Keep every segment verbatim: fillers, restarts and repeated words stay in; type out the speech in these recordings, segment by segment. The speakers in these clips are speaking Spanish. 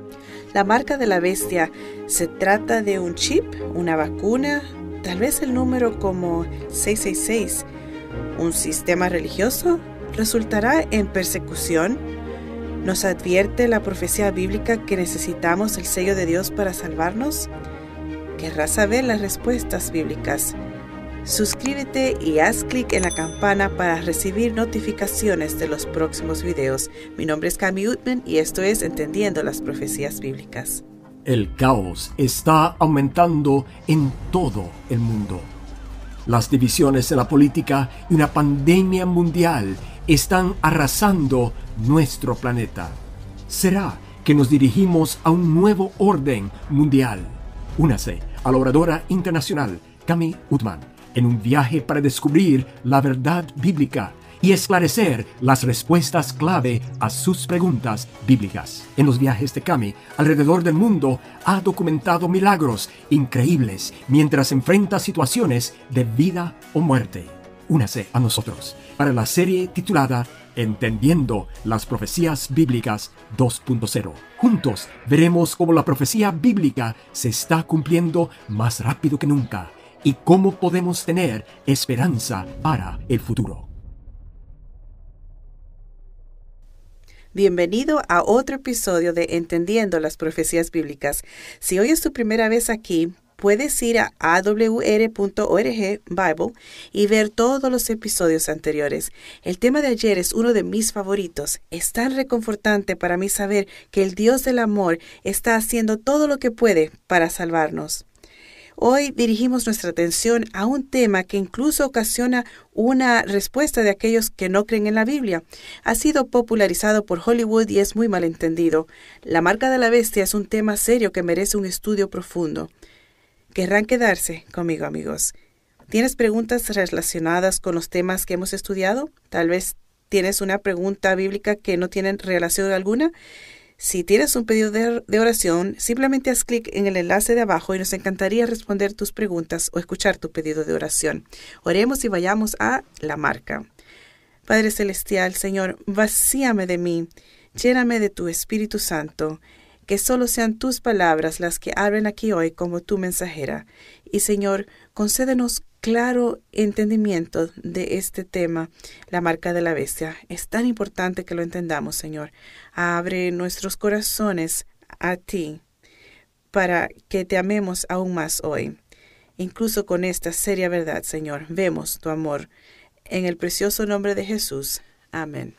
La marca de la bestia, ¿se trata de un chip, una vacuna, tal vez el número como seiscientos sesenta y seis? ¿Un sistema religioso? ¿Resultará en persecución? ¿Nos advierte la profecía bíblica que necesitamos el sello de Dios para salvarnos? ¿Querrás saber las respuestas bíblicas? Suscríbete y haz clic en la campana para recibir notificaciones de los próximos videos. Mi nombre es Cami Utman y esto es Entendiendo las Profecías Bíblicas. El caos está aumentando en todo el mundo. Las divisiones en la política y una pandemia mundial están arrasando nuestro planeta. ¿Será que nos dirigimos a un nuevo orden mundial? Únase a la oradora internacional Cami Utman en un viaje para descubrir la verdad bíblica y esclarecer las respuestas clave a sus preguntas bíblicas. En los viajes de Cami alrededor del mundo ha documentado milagros increíbles mientras enfrenta situaciones de vida o muerte. Únase a nosotros para la serie titulada Entendiendo las Profecías Bíblicas dos punto cero. Juntos veremos cómo la profecía bíblica se está cumpliendo más rápido que nunca y cómo podemos tener esperanza para el futuro. Bienvenido a otro episodio de Entendiendo las Profecías Bíblicas. Si hoy es tu primera vez aquí, puedes ir a a w r punto org Bible y ver todos los episodios anteriores. El tema de ayer es uno de mis favoritos. Es tan reconfortante para mí saber que el Dios del amor está haciendo todo lo que puede para salvarnos. Hoy dirigimos nuestra atención a un tema que incluso ocasiona una respuesta de aquellos que no creen en la Biblia. Ha sido popularizado por Hollywood y es muy malentendido. La marca de la bestia es un tema serio que merece un estudio profundo. ¿Querrán quedarse conmigo, amigos? ¿Tienes preguntas relacionadas con los temas que hemos estudiado? Tal vez tienes una pregunta bíblica que no tiene relación alguna. Si tienes un pedido de, de oración, simplemente haz clic en el enlace de abajo y nos encantaría responder tus preguntas o escuchar tu pedido de oración. Oremos y vayamos a la marca. Padre Celestial, Señor, vacíame de mí, lléname de tu Espíritu Santo, que solo sean tus palabras las que hablen aquí hoy como tu mensajera. Y Señor, concédenos claro entendimiento de este tema, la marca de la bestia. Es tan importante que lo entendamos, Señor. Abre nuestros corazones a ti para que te amemos aún más hoy. Incluso con esta seria verdad, Señor, vemos tu amor. En el precioso nombre de Jesús. Amén.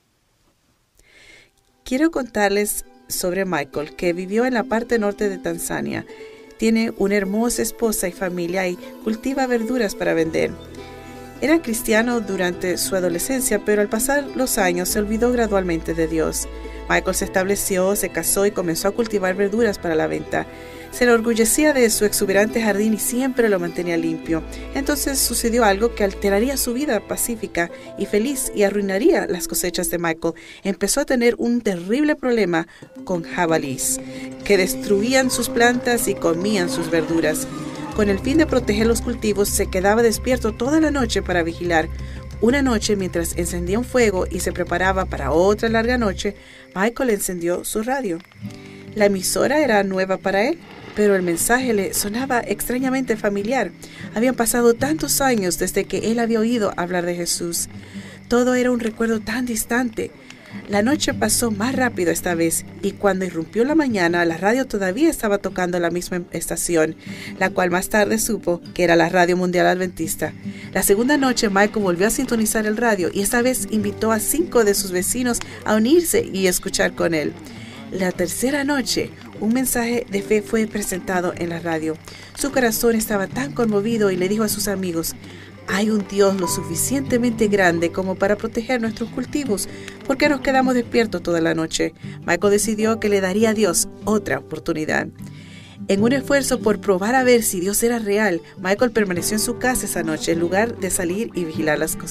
Quiero contarles sobre Michael, que vivió en la parte norte de Tanzania. Tiene una hermosa esposa y familia y cultiva verduras para vender. Era cristiano durante su adolescencia, pero al pasar los años se olvidó gradualmente de Dios. Michael se estableció, se casó y comenzó a cultivar verduras para la venta. Se enorgullecía de su exuberante jardín y siempre lo mantenía limpio. Entonces sucedió algo que alteraría su vida pacífica y feliz y arruinaría las cosechas de Michael. Empezó a tener un terrible problema con jabalíes, que destruían sus plantas y comían sus verduras. Con el fin de proteger los cultivos, se quedaba despierto toda la noche para vigilar. Una noche, mientras encendía un fuego y se preparaba para otra larga noche, Michael encendió su radio. La emisora era nueva para él, pero el mensaje le sonaba extrañamente familiar. Habían pasado tantos años desde que él había oído hablar de Jesús. Todo era un recuerdo tan distante. La noche pasó más rápido esta vez, y cuando irrumpió la mañana, la radio todavía estaba tocando la misma estación, la cual más tarde supo que era la Radio Mundial Adventista. La segunda noche, Michael volvió a sintonizar el radio, y esta vez invitó a cinco de sus vecinos a unirse y escuchar con él. La tercera noche, un mensaje de fe fue presentado en la radio. Su corazón estaba tan conmovido y le dijo a sus amigos: hay un Dios lo suficientemente grande como para proteger nuestros cultivos. ¿Por qué nos quedamos despiertos toda la noche? Michael decidió que le daría a Dios otra oportunidad. En un esfuerzo por probar a ver si Dios era real, Michael permaneció en su casa esa noche en lugar de salir y vigilar las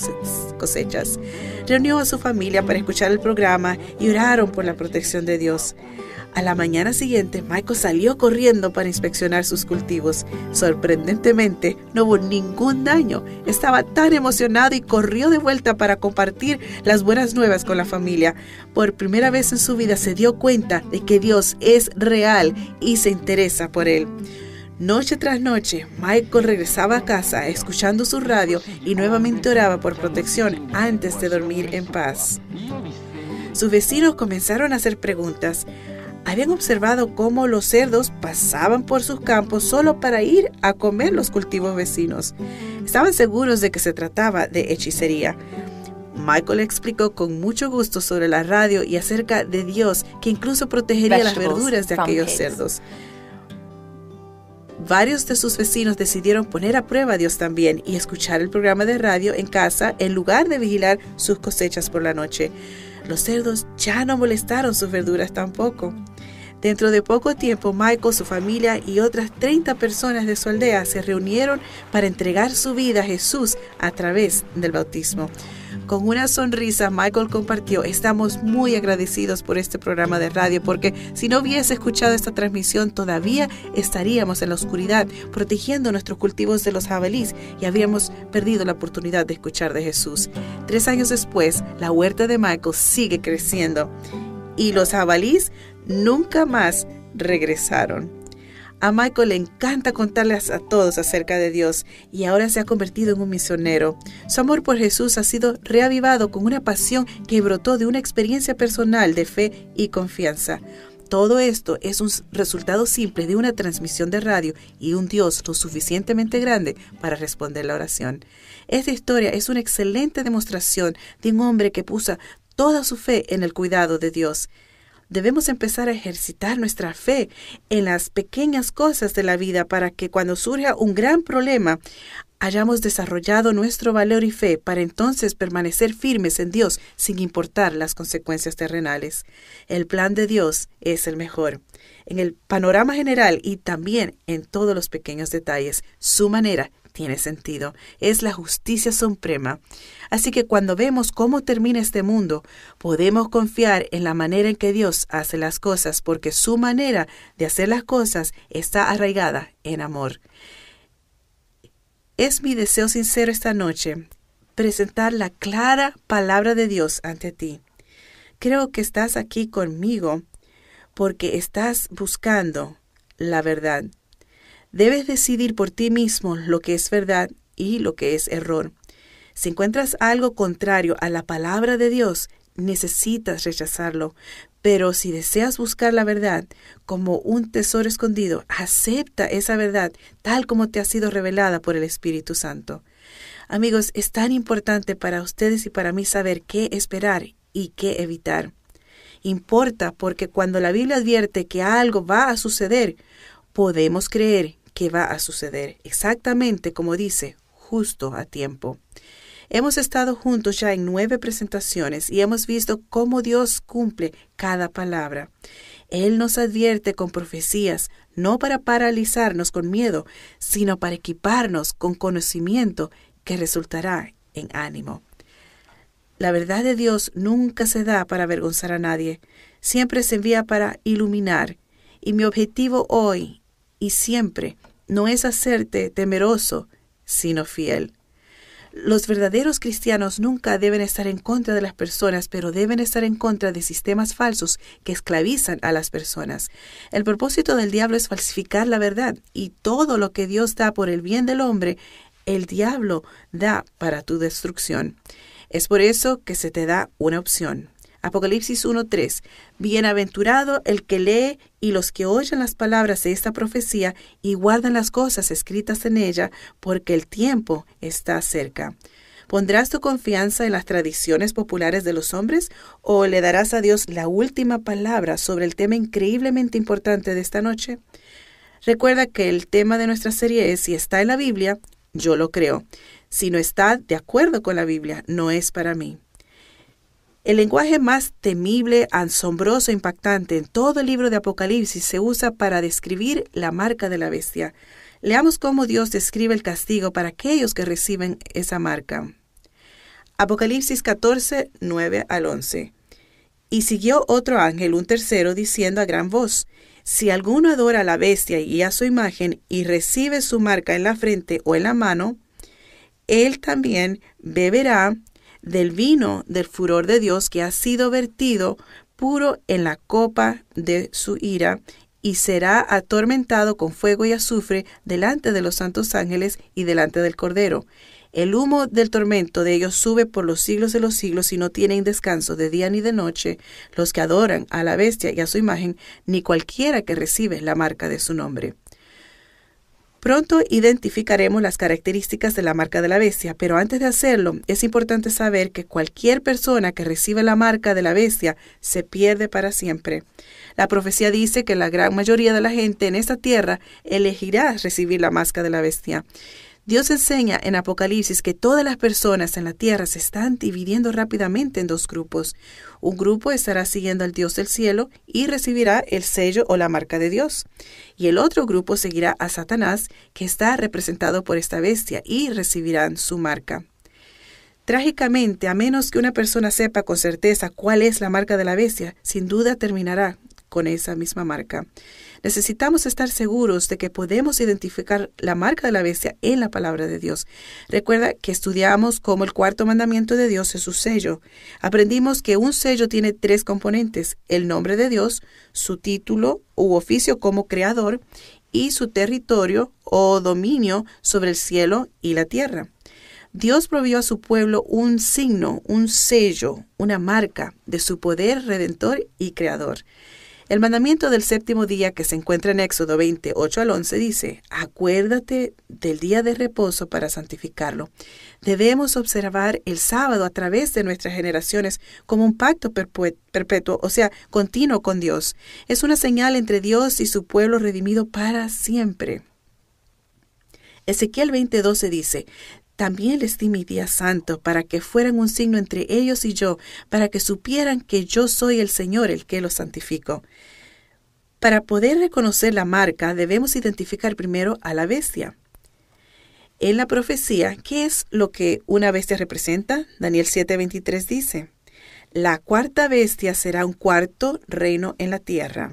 cosechas. Reunió a su familia para escuchar el programa y oraron por la protección de Dios. A la mañana siguiente, Michael salió corriendo para inspeccionar sus cultivos. Sorprendentemente, no hubo ningún daño. Estaba tan emocionado y corrió de vuelta para compartir las buenas nuevas con la familia. Por primera vez en su vida se dio cuenta de que Dios es real y se interesa por él. Noche tras noche, Michael regresaba a casa escuchando su radio y nuevamente oraba por protección antes de dormir en paz. Sus vecinos comenzaron a hacer preguntas. Habían observado cómo los cerdos pasaban por sus campos solo para ir a comer los cultivos vecinos. Estaban seguros de que se trataba de hechicería. Michael explicó con mucho gusto sobre la radio y acerca de Dios, que incluso protegería las verduras de aquellos cerdos. Varios de sus vecinos decidieron poner a prueba a Dios también y escuchar el programa de radio en casa en lugar de vigilar sus cosechas por la noche. Los cerdos ya no molestaron sus verduras tampoco. Dentro de poco tiempo, Michael, su familia y otras treinta personas de su aldea se reunieron para entregar su vida a Jesús a través del bautismo. Con una sonrisa, Michael compartió: estamos muy agradecidos por este programa de radio, porque si no hubiese escuchado esta transmisión, todavía estaríamos en la oscuridad, protegiendo nuestros cultivos de los jabalíes y habríamos perdido la oportunidad de escuchar de Jesús. Tres años después, la huerta de Michael sigue creciendo y los jabalíes nunca más regresaron. A Michael le encanta contarles a todos acerca de Dios y ahora se ha convertido en un misionero. Su amor por Jesús ha sido reavivado con una pasión que brotó de una experiencia personal de fe y confianza. Todo esto es un resultado simple de una transmisión de radio y un Dios lo suficientemente grande para responder la oración. Esta historia es una excelente demostración de un hombre que puso toda su fe en el cuidado de Dios. Debemos empezar a ejercitar nuestra fe en las pequeñas cosas de la vida para que cuando surja un gran problema hayamos desarrollado nuestro valor y fe para entonces permanecer firmes en Dios sin importar las consecuencias terrenales. El plan de Dios es el mejor. En el panorama general y también en todos los pequeños detalles, su manera tiene sentido. Es la justicia suprema. Así que cuando vemos cómo termina este mundo, podemos confiar en la manera en que Dios hace las cosas, porque su manera de hacer las cosas está arraigada en amor. Es mi deseo sincero esta noche presentar la clara palabra de Dios ante ti. Creo que estás aquí conmigo porque estás buscando la verdad. Debes decidir por ti mismo lo que es verdad y lo que es error. Si encuentras algo contrario a la palabra de Dios, necesitas rechazarlo. Pero si deseas buscar la verdad como un tesoro escondido, acepta esa verdad tal como te ha sido revelada por el Espíritu Santo. Amigos, es tan importante para ustedes y para mí saber qué esperar y qué evitar. Importa porque cuando la Biblia advierte que algo va a suceder, podemos creer que va a suceder exactamente como dice, justo a tiempo. Hemos estado juntos ya en nueve presentaciones y hemos visto cómo Dios cumple cada palabra. Él nos advierte con profecías, no para paralizarnos con miedo, sino para equiparnos con conocimiento que resultará en ánimo. La verdad de Dios nunca se da para avergonzar a nadie, siempre se envía para iluminar. Y mi objetivo hoy y siempre no es hacerte temeroso, sino fiel. Los verdaderos cristianos nunca deben estar en contra de las personas, pero deben estar en contra de sistemas falsos que esclavizan a las personas. El propósito del diablo es falsificar la verdad, y todo lo que Dios da por el bien del hombre, el diablo da para tu destrucción. Es por eso que se te da una opción. Apocalipsis uno tres. Bienaventurado el que lee y los que oyen las palabras de esta profecía y guardan las cosas escritas en ella, porque el tiempo está cerca. ¿Pondrás tu confianza en las tradiciones populares de los hombres o le darás a Dios la última palabra sobre el tema increíblemente importante de esta noche? Recuerda que el tema de nuestra serie es: si está en la Biblia, yo lo creo. Si no está de acuerdo con la Biblia, no es para mí. El lenguaje más temible, asombroso e impactante en todo el libro de Apocalipsis se usa para describir la marca de la bestia. Leamos cómo Dios describe el castigo para aquellos que reciben esa marca. Apocalipsis catorce, nueve al once. Y siguió otro ángel, un tercero, diciendo a gran voz: si alguno adora a la bestia y a su imagen y recibe su marca en la frente o en la mano, él también beberá del vino del furor de Dios que ha sido vertido puro en la copa de su ira, y será atormentado con fuego y azufre delante de los santos ángeles y delante del Cordero. El humo del tormento de ellos sube por los siglos de los siglos, y no tienen descanso de día ni de noche los que adoran a la bestia y a su imagen, ni cualquiera que recibe la marca de su nombre. Pronto identificaremos las características de la marca de la bestia, pero antes de hacerlo es importante saber que cualquier persona que recibe la marca de la bestia se pierde para siempre. La profecía dice que la gran mayoría de la gente en esta tierra elegirá recibir la marca de la bestia. Dios enseña en Apocalipsis que todas las personas en la tierra se están dividiendo rápidamente en dos grupos. Un grupo estará siguiendo al Dios del cielo y recibirá el sello o la marca de Dios. Y el otro grupo seguirá a Satanás, que está representado por esta bestia, y recibirán su marca. Trágicamente, a menos que una persona sepa con certeza cuál es la marca de la bestia, sin duda terminará con esa misma marca. Necesitamos estar seguros de que podemos identificar la marca de la bestia en la palabra de Dios. Recuerda que estudiamos cómo el cuarto mandamiento de Dios es su sello. Aprendimos que un sello tiene tres componentes: el nombre de Dios, su título u oficio como creador, y su territorio o dominio sobre el cielo y la tierra. Dios proveyó a su pueblo un signo, un sello, una marca de su poder redentor y creador. El mandamiento del séptimo día, que se encuentra en Éxodo veinte, ocho al once, dice: acuérdate del día de reposo para santificarlo. Debemos observar el sábado a través de nuestras generaciones como un pacto perpetuo, o sea, continuo con Dios. Es una señal entre Dios y su pueblo redimido para siempre. Ezequiel veinte, doce dice: también les di mi día santo, para que fueran un signo entre ellos y yo, para que supieran que yo soy el Señor el que los santifico. Para poder reconocer la marca, debemos identificar primero a la bestia. En la profecía, ¿qué es lo que una bestia representa? Daniel siete, veintitrés dice: la cuarta bestia será un cuarto reino en la tierra.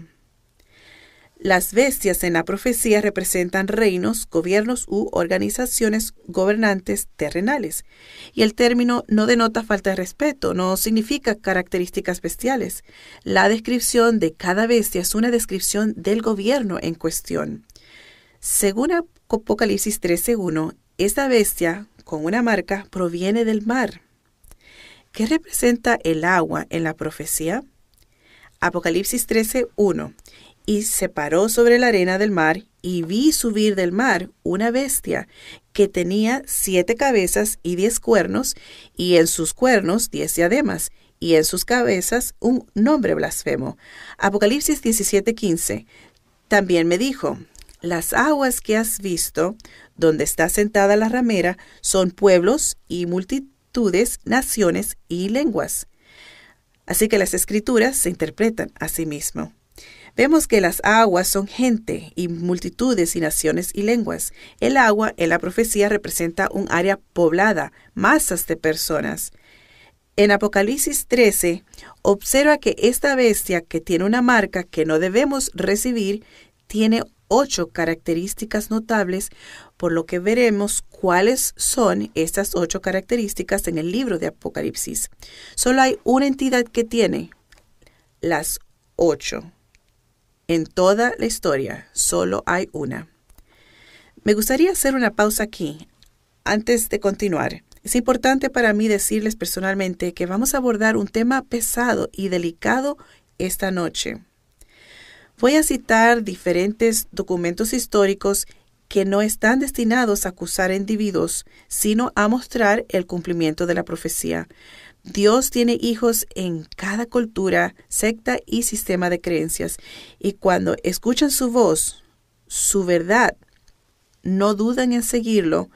Las bestias en la profecía representan reinos, gobiernos u organizaciones gobernantes terrenales. Y el término no denota falta de respeto, no significa características bestiales. La descripción de cada bestia es una descripción del gobierno en cuestión. Según Apocalipsis trece uno, esta bestia, con una marca, proviene del mar. ¿Qué representa el agua en la profecía? Apocalipsis trece uno. Y se paró sobre la arena del mar, y vi subir del mar una bestia que tenía siete cabezas y diez cuernos, y en sus cuernos diez diademas, y en sus cabezas un nombre blasfemo. Apocalipsis diecisiete quince. También me dijo: las aguas que has visto, donde está sentada la ramera, son pueblos y multitudes, naciones y lenguas. Así que las escrituras se interpretan a sí mismo. Vemos que las aguas son gente y multitudes y naciones y lenguas. El agua en la profecía representa un área poblada, masas de personas. En Apocalipsis trece, observa que esta bestia, que tiene una marca que no debemos recibir, tiene ocho características notables, por lo que veremos cuáles son estas ocho características en el libro de Apocalipsis. Solo hay una entidad que tiene las ocho. En toda la historia, solo hay una. Me gustaría hacer una pausa aquí, antes de continuar. Es importante para mí decirles personalmente que vamos a abordar un tema pesado y delicado esta noche. Voy a citar diferentes documentos históricos que no están destinados a acusar a individuos, sino a mostrar el cumplimiento de la profecía. Dios tiene hijos en cada cultura, secta y sistema de creencias, y cuando escuchan su voz, su verdad, no dudan en seguirlo,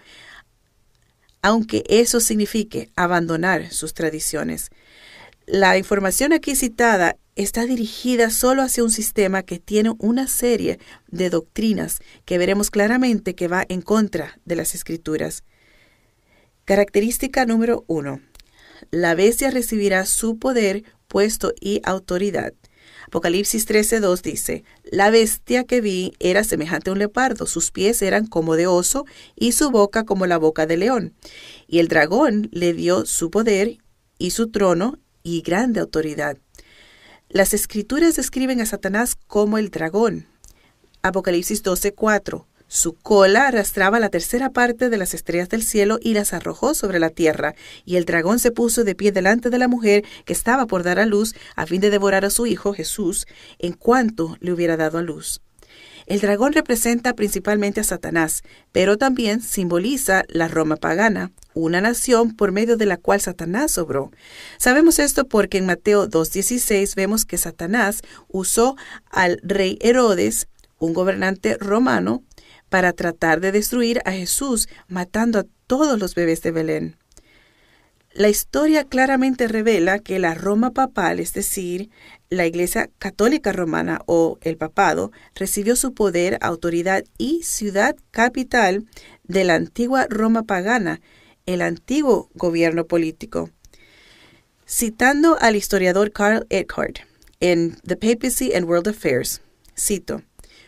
aunque eso signifique abandonar sus tradiciones. La información aquí citada está dirigida solo hacia un sistema que tiene una serie de doctrinas que veremos claramente que va en contra de las Escrituras. Característica número uno. La bestia recibirá su poder puesto y autoridad. Apocalipsis trece dos dice, la bestia que vi era semejante a un leopardo, sus pies eran como de oso y su boca como la boca de león. Y el dragón le dio su poder y su trono y grande autoridad. Las escrituras describen a Satanás como el dragón. Apocalipsis doce cuatro. Su cola arrastraba la tercera parte de las estrellas del cielo y las arrojó sobre la tierra, y el dragón se puso de pie delante de la mujer que estaba por dar a luz, a fin de devorar a su hijo, Jesús, en cuanto le hubiera dado a luz. El dragón representa principalmente a Satanás, pero también simboliza la Roma pagana, una nación por medio de la cual Satanás obró. Sabemos esto porque en Mateo dos dieciséis vemos que Satanás usó al rey Herodes, un gobernante romano, para tratar de destruir a Jesús, matando a todos los bebés de Belén. La historia claramente revela que la Roma papal, es decir, la Iglesia Católica Romana o el Papado, recibió su poder, autoridad y ciudad capital de la antigua Roma pagana, el antiguo gobierno político. Citando al historiador Karl Eckhart en The Papacy and World Affairs, cito,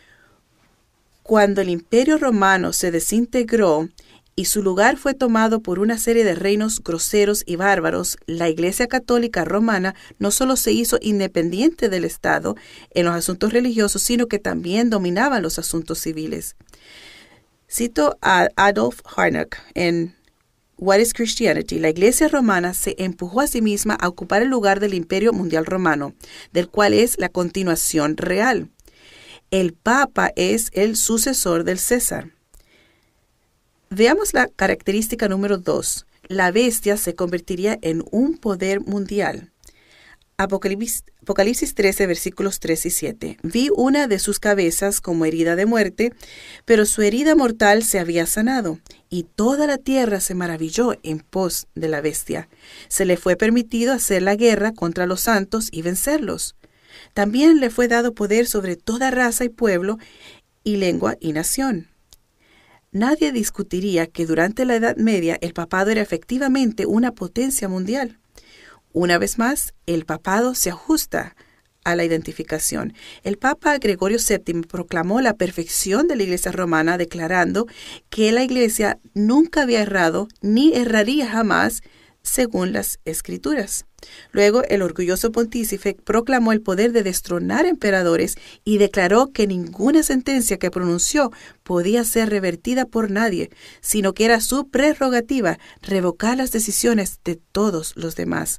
cuando el Imperio Romano se desintegró y su lugar fue tomado por una serie de reinos groseros y bárbaros, la Iglesia Católica Romana no solo se hizo independiente del Estado en los asuntos religiosos, sino que también dominaban los asuntos civiles. Cito a Adolf Harnack en What is Christianity? La Iglesia Romana se empujó a sí misma a ocupar el lugar del Imperio Mundial Romano, del cual es la continuación real. El Papa es el sucesor del César. Veamos la característica número dos. La bestia se convertiría en un poder mundial. Apocalipsis, Apocalipsis trece, versículos tres y siete. Vi una de sus cabezas como herida de muerte, pero su herida mortal se había sanado, y toda la tierra se maravilló en pos de la bestia. Se le fue permitido hacer la guerra contra los santos y vencerlos. También le fue dado poder sobre toda raza y pueblo, y lengua y nación. Nadie discutiría que durante la Edad Media el papado era efectivamente una potencia mundial. Una vez más, el papado se ajusta a la identificación. El Papa Gregorio séptimo proclamó la perfección de la Iglesia romana, declarando que la Iglesia nunca había errado ni erraría jamás, según las Escrituras. Luego, el orgulloso pontífice proclamó el poder de destronar emperadores y declaró que ninguna sentencia que pronunció podía ser revertida por nadie, sino que era su prerrogativa revocar las decisiones de todos los demás.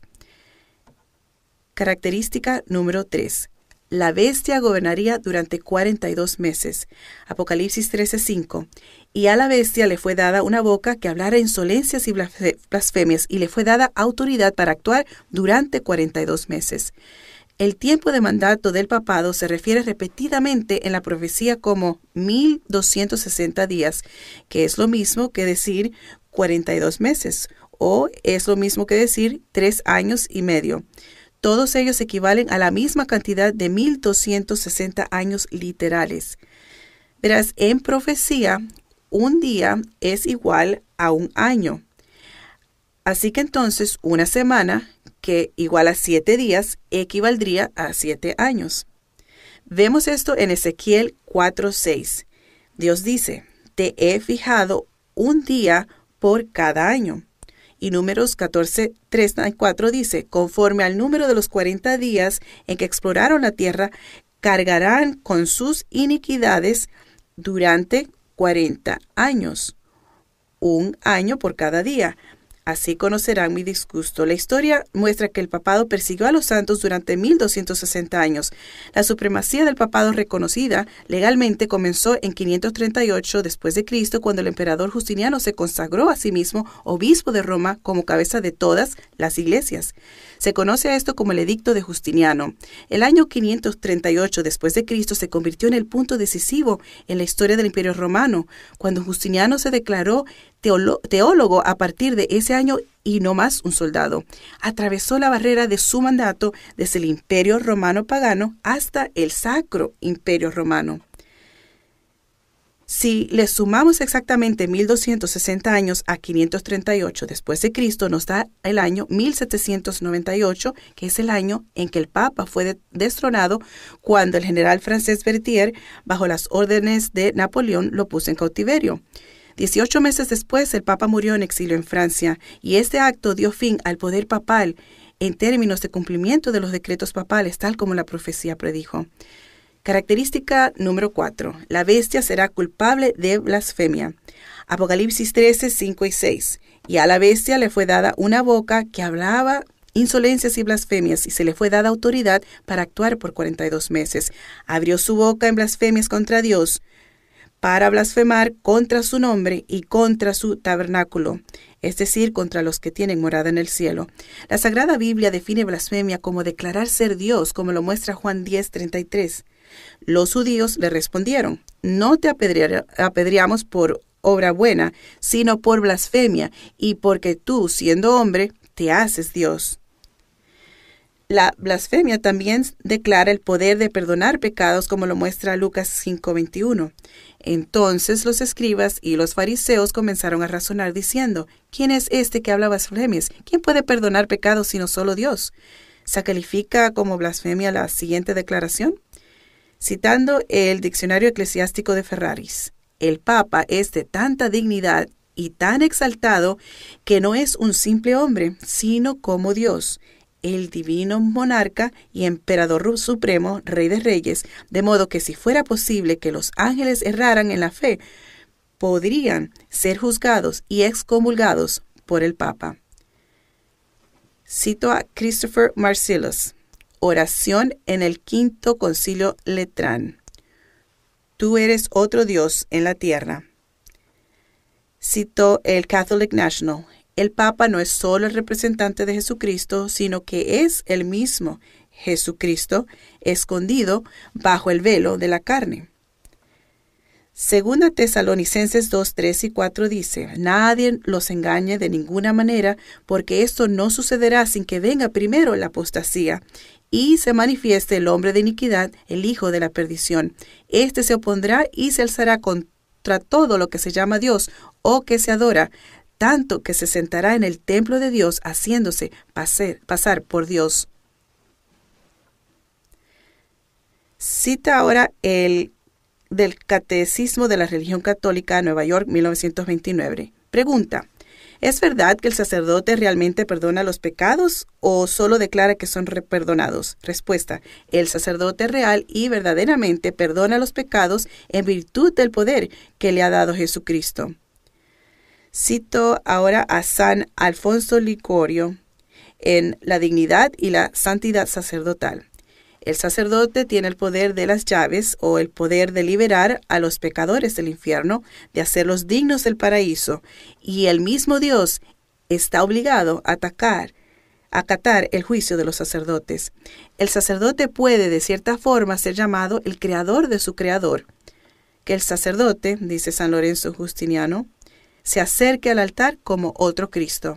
Característica número tres. La bestia gobernaría durante cuarenta y dos meses. Apocalipsis trece cinco. Y a la bestia le fue dada una boca que hablara insolencias y blasfemias, y le fue dada autoridad para actuar durante cuarenta y dos meses. El tiempo de mandato del papado se refiere repetidamente en la profecía como mil doscientos sesenta días, que es lo mismo que decir cuarenta y dos meses, o es lo mismo que decir tres años y medio. Todos ellos equivalen a la misma cantidad de mil doscientos sesenta años literales. Verás, en profecía, un día es igual a un año. Así que entonces una semana, que igual a siete días, equivaldría a siete años. Vemos esto en Ezequiel cuatro seis. Dios dice, te he fijado un día por cada año. Y Números catorce tres y cuatro dice, conforme al número de los cuarenta días en que exploraron la tierra, cargarán con sus iniquidades durante cuarenta años, un año por cada día. Así conocerán mi disgusto. La historia muestra que el papado persiguió a los santos durante mil doscientos sesenta años. La supremacía del papado reconocida legalmente comenzó en quinientos treinta y ocho después de Cristo, cuando el emperador Justiniano se consagró a sí mismo obispo de Roma como cabeza de todas las iglesias. Se conoce a esto como el Edicto de Justiniano. El año quinientos treinta y ocho después de Cristo se convirtió en el punto decisivo en la historia del Imperio Romano, cuando Justiniano se declaró teólogo a partir de ese año y no más un soldado. Atravesó la barrera de su mandato desde el Imperio Romano pagano hasta el Sacro Imperio Romano. Si le sumamos exactamente mil doscientos sesenta años a quinientos treinta y ocho después de Cristo, nos da el año mil setecientos noventa y ocho, que es el año en que el Papa fue de- destronado cuando el general francés Berthier, bajo las órdenes de Napoleón, lo puso en cautiverio. Dieciocho meses después, el Papa murió en exilio en Francia, y este acto dio fin al poder papal en términos de cumplimiento de los decretos papales, tal como la profecía predijo. Característica número cuatro. La bestia será culpable de blasfemia. Apocalipsis trece, cinco y seis. Y a la bestia le fue dada una boca que hablaba insolencias y blasfemias, y se le fue dada autoridad para actuar por cuarenta y dos meses. Abrió su boca en blasfemias contra Dios, para blasfemar contra su nombre y contra su tabernáculo, es decir, contra los que tienen morada en el cielo. La Sagrada Biblia define blasfemia como declarar ser Dios, como lo muestra Juan diez, treinta y tres. Los judíos le respondieron: no te apedrear- apedreamos por obra buena, sino por blasfemia, y porque tú, siendo hombre, te haces Dios. La blasfemia también declara el poder de perdonar pecados, como lo muestra Lucas cinco, veintiuno. Entonces los escribas y los fariseos comenzaron a razonar diciendo: ¿quién es este que habla blasfemias? ¿Quién puede perdonar pecados sino solo Dios? ¿Se califica como blasfemia la siguiente declaración? Citando el Diccionario Eclesiástico de Ferraris: el Papa es de tanta dignidad y tan exaltado que no es un simple hombre, sino como Dios, el divino monarca y emperador supremo, rey de reyes, de modo que si fuera posible que los ángeles erraran en la fe, podrían ser juzgados y excomulgados por el Papa. Cito a Christopher Marcellus. Oración en el Quinto Concilio Letrán. Tú eres otro Dios en la tierra. Citó el Catholic National. El Papa no es solo el representante de Jesucristo, sino que es el mismo Jesucristo escondido bajo el velo de la carne. Segunda Tesalonicenses dos, tres y cuatro dice: nadie los engañe de ninguna manera, porque esto no sucederá sin que venga primero la apostasía y se manifieste el hombre de iniquidad, el hijo de la perdición. Este se opondrá y se alzará contra todo lo que se llama Dios o que se adora, tanto que se sentará en el templo de Dios haciéndose pasar, pasar por Dios. Cita ahora el del Catecismo de la Religión Católica, Nueva York, mil novecientos veintinueve. Pregunta: ¿es verdad que el sacerdote realmente perdona los pecados o solo declara que son perdonados? Respuesta: el sacerdote real y verdaderamente perdona los pecados en virtud del poder que le ha dado Jesucristo. Cito ahora a San Alfonso Ligorio en La dignidad y la santidad sacerdotal. El sacerdote tiene el poder de las llaves o el poder de liberar a los pecadores del infierno, de hacerlos dignos del paraíso, y el mismo Dios está obligado a atacar, a acatar el juicio de los sacerdotes. El sacerdote puede, de cierta forma, ser llamado el creador de su creador. Que el sacerdote, dice San Lorenzo Justiniano, se acerque al altar como otro Cristo.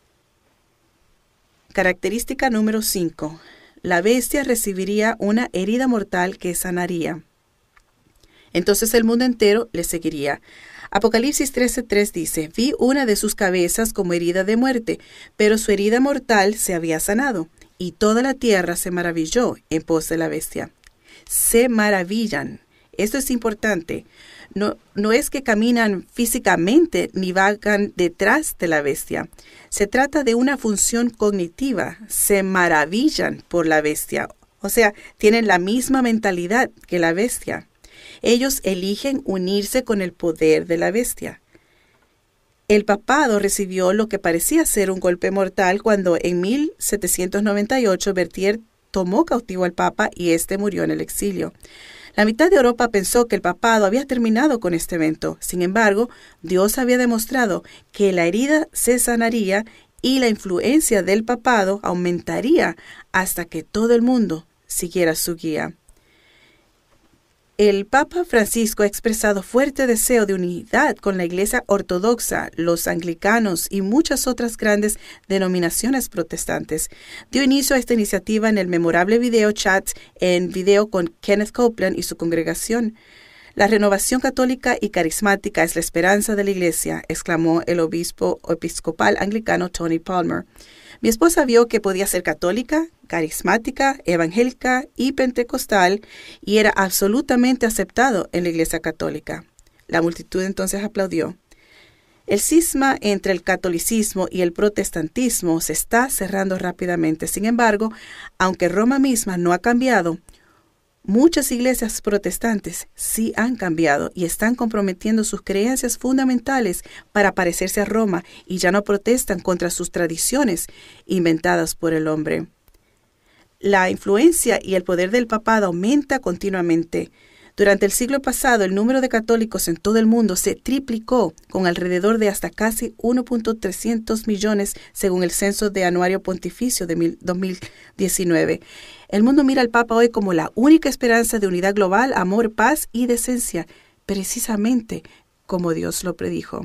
Característica número cinco. La bestia recibiría una herida mortal que sanaría. Entonces el mundo entero le seguiría. Apocalipsis trece, tres dice: vi una de sus cabezas como herida de muerte, pero su herida mortal se había sanado, y toda la tierra se maravilló en pos de la bestia. Se maravillan. Esto es importante. No, no es que caminan físicamente ni vagan detrás de la bestia. Se trata de una función cognitiva. Se maravillan por la bestia. O sea, tienen la misma mentalidad que la bestia. Ellos eligen unirse con el poder de la bestia. El papado recibió lo que parecía ser un golpe mortal cuando en mil setecientos noventa y ocho Berthier tomó cautivo al papa y éste murió en el exilio. La mitad de Europa pensó que el papado había terminado con este evento. Sin embargo, Dios había demostrado que la herida se sanaría y la influencia del papado aumentaría hasta que todo el mundo siguiera su guía. El Papa Francisco ha expresado fuerte deseo de unidad con la Iglesia Ortodoxa, los anglicanos y muchas otras grandes denominaciones protestantes. Dio inicio a esta iniciativa en el memorable video chat en video con Kenneth Copeland y su congregación. La renovación católica y carismática es la esperanza de la Iglesia, exclamó el obispo episcopal anglicano Tony Palmer. Mi esposa vio que podía ser católica, carismática, evangélica y pentecostal y era absolutamente aceptado en la Iglesia católica. La multitud entonces aplaudió. El cisma entre el catolicismo y el protestantismo se está cerrando rápidamente. Sin embargo, aunque Roma misma no ha cambiado, muchas iglesias protestantes sí han cambiado y están comprometiendo sus creencias fundamentales para parecerse a Roma y ya no protestan contra sus tradiciones inventadas por el hombre. La influencia y el poder del papado aumenta continuamente. Durante el siglo pasado, el número de católicos en todo el mundo se triplicó, con alrededor de hasta casi uno punto trescientos millones según el censo de Anuario Pontificio de dos mil diecinueve. El mundo mira al Papa hoy como la única esperanza de unidad global, amor, paz y decencia, precisamente como Dios lo predijo.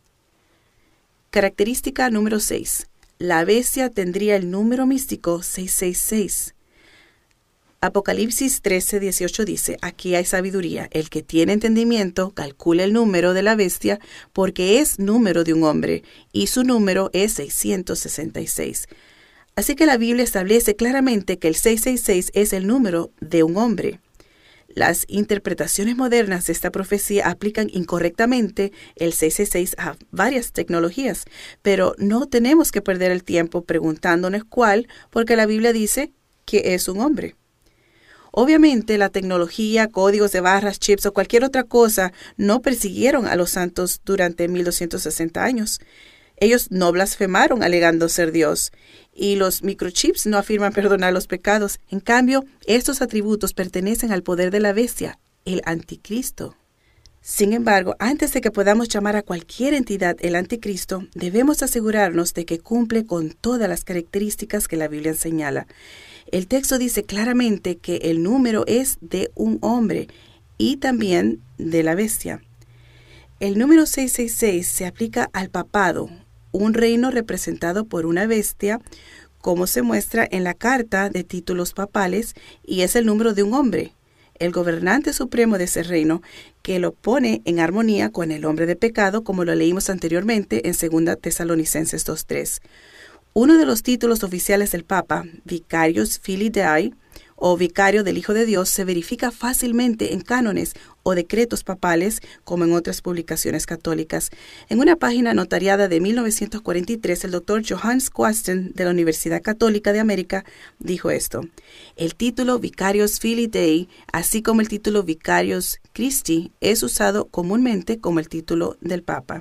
Característica número seis. La bestia tendría el número místico seiscientos sesenta y seis. Apocalipsis trece dieciocho dice, aquí hay sabiduría. El que tiene entendimiento calcula el número de la bestia, porque es número de un hombre, y su número es seiscientos sesenta y seis. Así que la Biblia establece claramente que el seiscientos sesenta y seis es el número de un hombre. Las interpretaciones modernas de esta profecía aplican incorrectamente el seiscientos sesenta y seis a varias tecnologías, pero no tenemos que perder el tiempo preguntándonos cuál, porque la Biblia dice que es un hombre. Obviamente, la tecnología, códigos de barras, chips o cualquier otra cosa no persiguieron a los santos durante mil doscientos sesenta años. Ellos no blasfemaron alegando ser Dios, y los microchips no afirman perdonar los pecados. En cambio, estos atributos pertenecen al poder de la bestia, el anticristo. Sin embargo, antes de que podamos llamar a cualquier entidad el anticristo, debemos asegurarnos de que cumple con todas las características que la Biblia señala. El texto dice claramente que el número es de un hombre y también de la bestia. El número seiscientos sesenta y seis se aplica al papado, un reino representado por una bestia, como se muestra en la carta de títulos papales, y es el número de un hombre, el gobernante supremo de ese reino, que lo pone en armonía con el hombre de pecado, como lo leímos anteriormente en segunda Tesalonicenses dos tres. Uno de los títulos oficiales del Papa, Vicarius Filii Dei, o Vicario del Hijo de Dios, se verifica fácilmente en cánones o decretos papales, como en otras publicaciones católicas. En una página notariada de mil novecientos cuarenta y tres, el doctor Johannes Quasten de la Universidad Católica de América dijo esto: el título Vicarius Filii Dei, así como el título Vicarius Christi, es usado comúnmente como el título del Papa.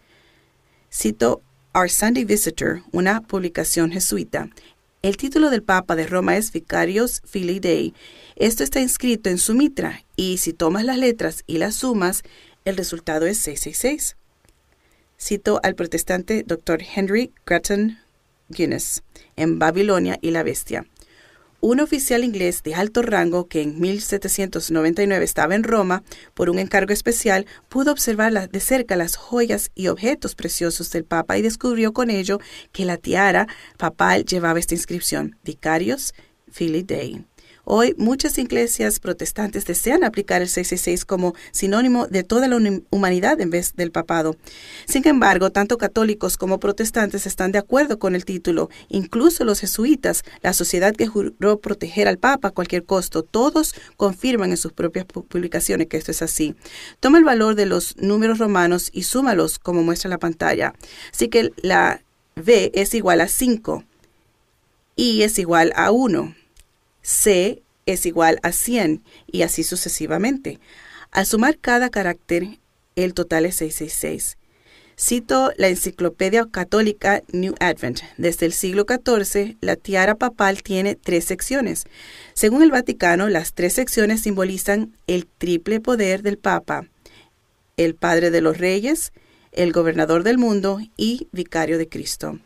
Cito Our Sunday Visitor, una publicación jesuita. El título del Papa de Roma es Vicarius Filii Dei. Esto está inscrito en su mitra, y si tomas las letras y las sumas, el resultado es seiscientos sesenta y seis. Cito al protestante doctor Henry Grattan Guinness, en Babilonia y la Bestia. Un oficial inglés de alto rango que en mil setecientos noventa y nueve estaba en Roma por un encargo especial, pudo observar de cerca las joyas y objetos preciosos del Papa y descubrió con ello que la tiara papal llevaba esta inscripción, Vicarius Filii Dei. Hoy, muchas iglesias protestantes desean aplicar el seiscientos sesenta y seis como sinónimo de toda la humanidad en vez del papado. Sin embargo, tanto católicos como protestantes están de acuerdo con el título. Incluso los jesuitas, la sociedad que juró proteger al Papa a cualquier costo, todos confirman en sus propias publicaciones que esto es así. Toma el valor de los números romanos y súmalos como muestra la pantalla. Así que la V es igual a cinco, I es igual a uno. C es igual a cien y así sucesivamente. Al sumar cada carácter, el total es seiscientos sesenta y seis. Cito la Enciclopedia Católica New Advent. Desde el siglo catorce, la tiara papal tiene tres secciones. Según el Vaticano, las tres secciones simbolizan el triple poder del Papa: el Padre de los Reyes, el Gobernador del Mundo y Vicario de Cristo.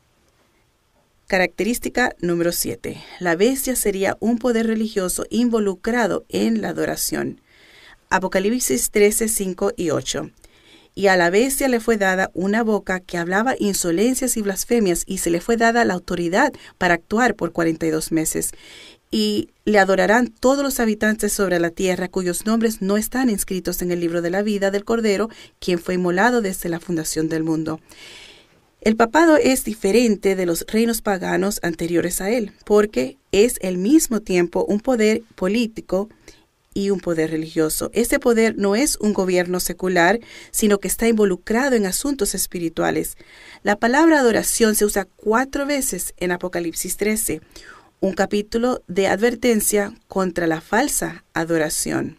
Característica número siete. La bestia sería un poder religioso involucrado en la adoración. Apocalipsis trece, cinco y ocho. Y a la bestia le fue dada una boca que hablaba insolencias y blasfemias, y se le fue dada la autoridad para actuar por cuarenta y dos meses. y le adorarán todos los habitantes sobre la tierra cuyos nombres no están inscritos en el libro de la vida del Cordero, quien fue inmolado desde la fundación del mundo. El papado es diferente de los reinos paganos anteriores a él, porque es al mismo tiempo un poder político y un poder religioso. Este poder no es un gobierno secular, sino que está involucrado en asuntos espirituales. La palabra adoración se usa cuatro veces en Apocalipsis trece, un capítulo de advertencia contra la falsa adoración.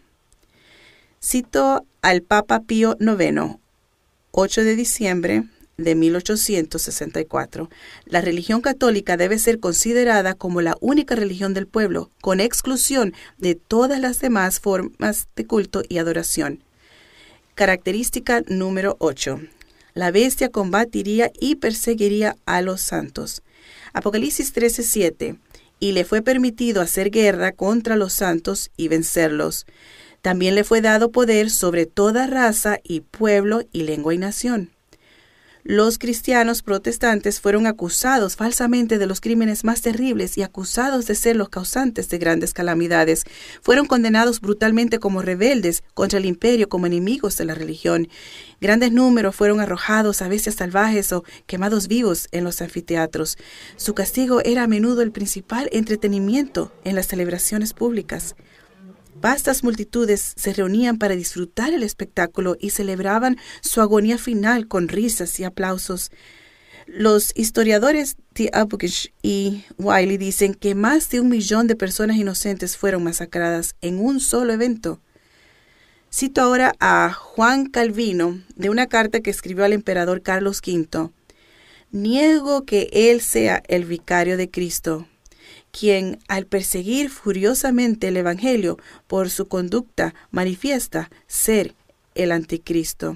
Cito al Papa Pío noveno, ocho de diciembre de mil ochocientos sesenta y cuatro. La religión católica debe ser considerada como la única religión del pueblo, con exclusión de todas las demás formas de culto y adoración. Característica número ocho. La bestia combatiría y perseguiría a los santos. Apocalipsis trece siete. Y le fue permitido hacer guerra contra los santos y vencerlos. También le fue dado poder sobre toda raza y pueblo y lengua y nación. Los cristianos protestantes fueron acusados falsamente de los crímenes más terribles y acusados de ser los causantes de grandes calamidades. Fueron condenados brutalmente como rebeldes contra el imperio, como enemigos de la religión. Grandes números fueron arrojados a bestias salvajes o quemados vivos en los anfiteatros. Su castigo era a menudo el principal entretenimiento en las celebraciones públicas. Vastas multitudes se reunían para disfrutar el espectáculo y celebraban su agonía final con risas y aplausos. Los historiadores T. Abukish y Wiley dicen que más de un millón de personas inocentes fueron masacradas en un solo evento. Cito ahora a Juan Calvino de una carta que escribió al emperador Carlos quinto. Niego que él sea el vicario de Cristo, quien, al perseguir furiosamente el Evangelio por su conducta, manifiesta ser el anticristo.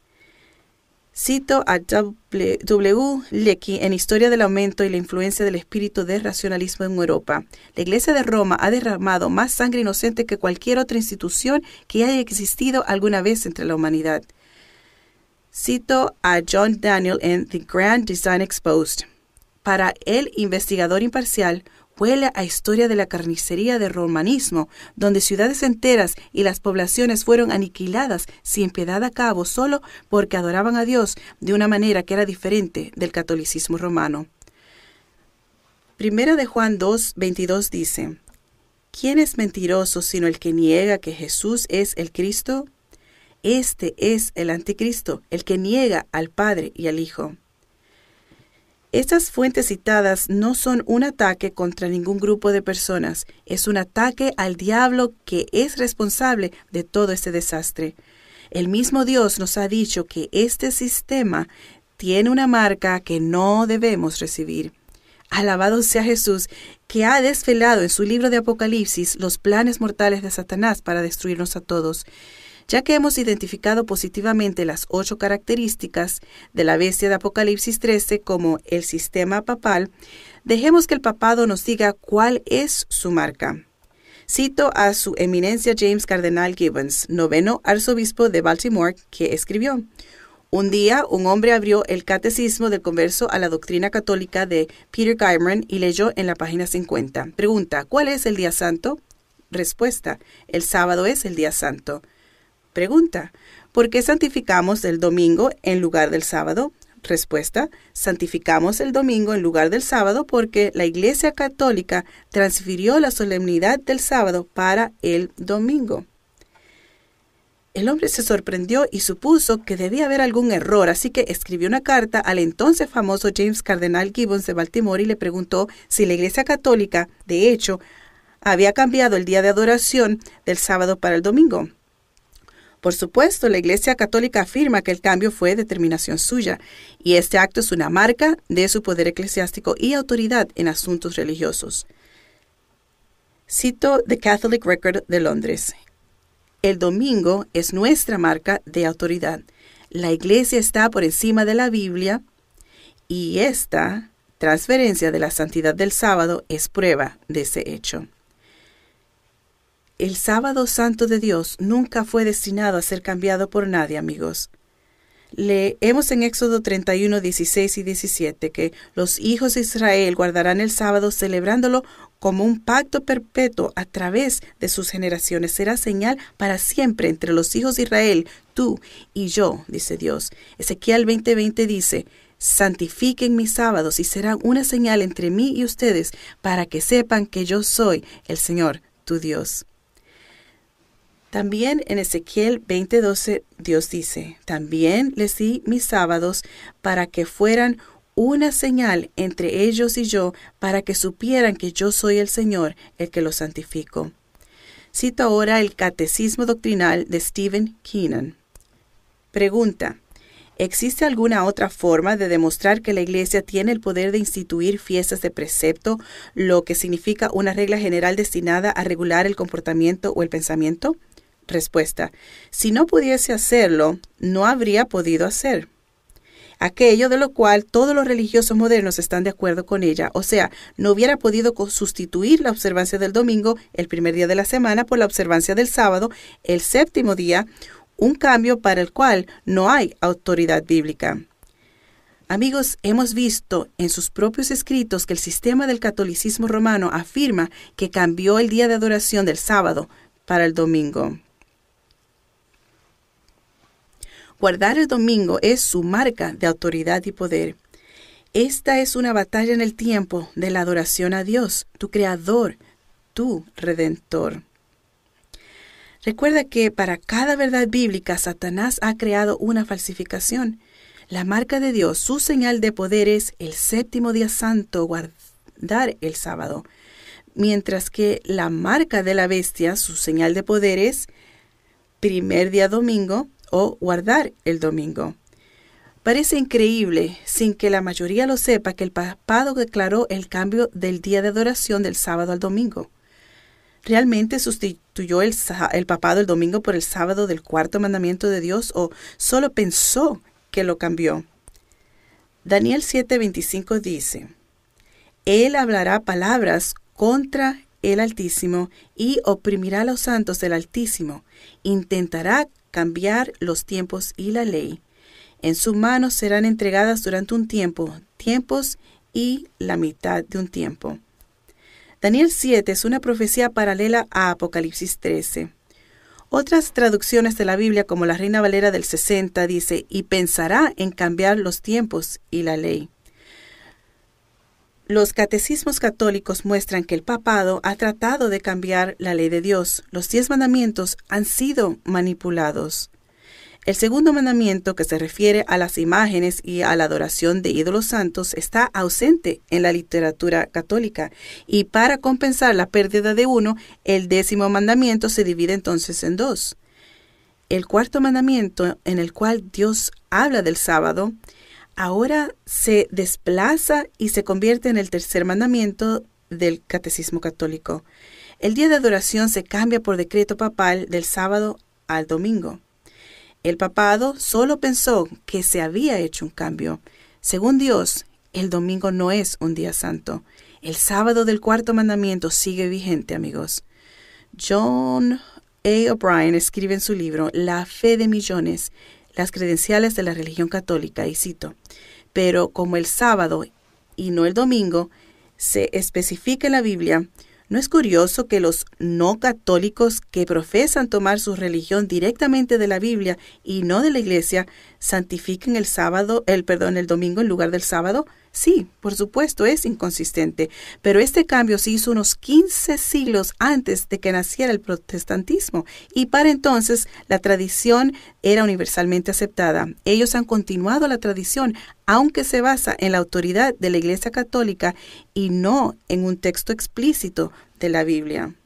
Cito a W. W. Lecky en Historia del aumento y la influencia del espíritu de racionalismo en Europa. La Iglesia de Roma ha derramado más sangre inocente que cualquier otra institución que haya existido alguna vez entre la humanidad. Cito a John Daniel en The Grand Design Exposed. Para el investigador imparcial, huele a historia de la carnicería del romanismo, donde ciudades enteras y las poblaciones fueron aniquiladas sin piedad a cabo solo porque adoraban a Dios de una manera que era diferente del catolicismo romano. Primera de Juan dos, veintidós dice, ¿quién es mentiroso sino el que niega que Jesús es el Cristo? Este es el anticristo, el que niega al Padre y al Hijo. Estas fuentes citadas no son un ataque contra ningún grupo de personas, es un ataque al diablo que es responsable de todo este desastre. El mismo Dios nos ha dicho que este sistema tiene una marca que no debemos recibir. Alabado sea Jesús, que ha desvelado en su libro de Apocalipsis los planes mortales de Satanás para destruirnos a todos. Ya que hemos identificado positivamente las ocho características de la bestia de Apocalipsis trece como el sistema papal, dejemos que el papado nos diga cuál es su marca. Cito a su eminencia James Cardenal Gibbons, noveno arzobispo de Baltimore, que escribió: un día, un hombre abrió el Catecismo del Converso a la Doctrina Católica de Peter Guyman y leyó en la página cincuenta. Pregunta, ¿cuál es el día santo? Respuesta, el sábado es el día santo. Pregunta, ¿por qué santificamos el domingo en lugar del sábado? Respuesta, santificamos el domingo en lugar del sábado porque la Iglesia Católica transfirió la solemnidad del sábado para el domingo. El hombre se sorprendió y supuso que debía haber algún error, así que escribió una carta al entonces famoso James Cardenal Gibbons de Baltimore y le preguntó si la Iglesia Católica, de hecho, había cambiado el día de adoración del sábado para el domingo. Por supuesto, la Iglesia Católica afirma que el cambio fue determinación suya, y este acto es una marca de su poder eclesiástico y autoridad en asuntos religiosos. Cito The Catholic Record de Londres. El domingo es nuestra marca de autoridad. La Iglesia está por encima de la Biblia, y esta transferencia de la santidad del sábado es prueba de ese hecho. El sábado santo de Dios nunca fue destinado a ser cambiado por nadie, amigos. Leemos en Éxodo treinta y uno, dieciséis y diecisiete que los hijos de Israel guardarán el sábado celebrándolo como un pacto perpetuo a través de sus generaciones. Será señal para siempre entre los hijos de Israel, tú y yo, dice Dios. Ezequiel veinte veinte dice, santifiquen mis sábados y serán una señal entre mí y ustedes para que sepan que yo soy el Señor, tu Dios. También en Ezequiel veinte doce Dios dice, también les di mis sábados para que fueran una señal entre ellos y yo, para que supieran que yo soy el Señor, el que los santifico. Cito ahora el Catecismo Doctrinal de Stephen Keenan. Pregunta, ¿existe alguna otra forma de demostrar que la Iglesia tiene el poder de instituir fiestas de precepto, lo que significa una regla general destinada a regular el comportamiento o el pensamiento? Respuesta, si no pudiese hacerlo, no habría podido hacer aquello de lo cual todos los religiosos modernos están de acuerdo con ella, o sea, no hubiera podido sustituir la observancia del domingo, el primer día de la semana, por la observancia del sábado, el séptimo día, un cambio para el cual no hay autoridad bíblica. Amigos, hemos visto en sus propios escritos que el sistema del catolicismo romano afirma que cambió el día de adoración del sábado para el domingo. Guardar el domingo es su marca de autoridad y poder. Esta es una batalla en el tiempo de la adoración a Dios, tu Creador, tu Redentor. Recuerda que para cada verdad bíblica, Satanás ha creado una falsificación. La marca de Dios, su señal de poder es el séptimo día santo, guardar el sábado. Mientras que la marca de la bestia, su señal de poder es primer día domingo, o guardar el domingo. Parece increíble, sin que la mayoría lo sepa, que el papado declaró el cambio del día de adoración del sábado al domingo. ¿Realmente sustituyó el, el papado el domingo por el sábado del cuarto mandamiento de Dios o solo pensó que lo cambió? Daniel siete veinticinco dice, Él hablará palabras contra el Altísimo y oprimirá a los santos del Altísimo. Intentará cambiar los tiempos y la ley. En su mano serán entregadas durante un tiempo, tiempos y la mitad de un tiempo. Daniel siete es una profecía paralela a Apocalipsis trece. Otras traducciones de la Biblia, como la Reina Valera del sesenta, dice, y pensará en cambiar los tiempos y la ley. Los catecismos católicos muestran que el papado ha tratado de cambiar la ley de Dios. Los diez mandamientos han sido manipulados. El segundo mandamiento, que se refiere a las imágenes y a la adoración de ídolos santos, está ausente en la literatura católica. Y para compensar la pérdida de uno, el décimo mandamiento se divide entonces en dos. El cuarto mandamiento, en el cual Dios habla del sábado, ahora se desplaza y se convierte en el tercer mandamiento del Catecismo Católico. El día de adoración se cambia por decreto papal del sábado al domingo. El papado solo pensó que se había hecho un cambio. Según Dios, el domingo no es un día santo. El sábado del cuarto mandamiento sigue vigente, amigos. John A. O'Brien escribe en su libro La fe de millones, las credenciales de la religión católica, y cito, pero como el sábado y no el domingo se especifica en la Biblia, ¿no es curioso que los no católicos que profesan tomar su religión directamente de la Biblia y no de la Iglesia santifiquen el sábado, el perdón, el domingo en lugar del sábado? Sí, por supuesto, es inconsistente, pero este cambio se hizo unos quince siglos antes de que naciera el protestantismo, y para entonces la tradición era universalmente aceptada. Ellos han continuado la tradición, aunque se basa en la autoridad de la Iglesia Católica y no en un texto explícito de la Biblia.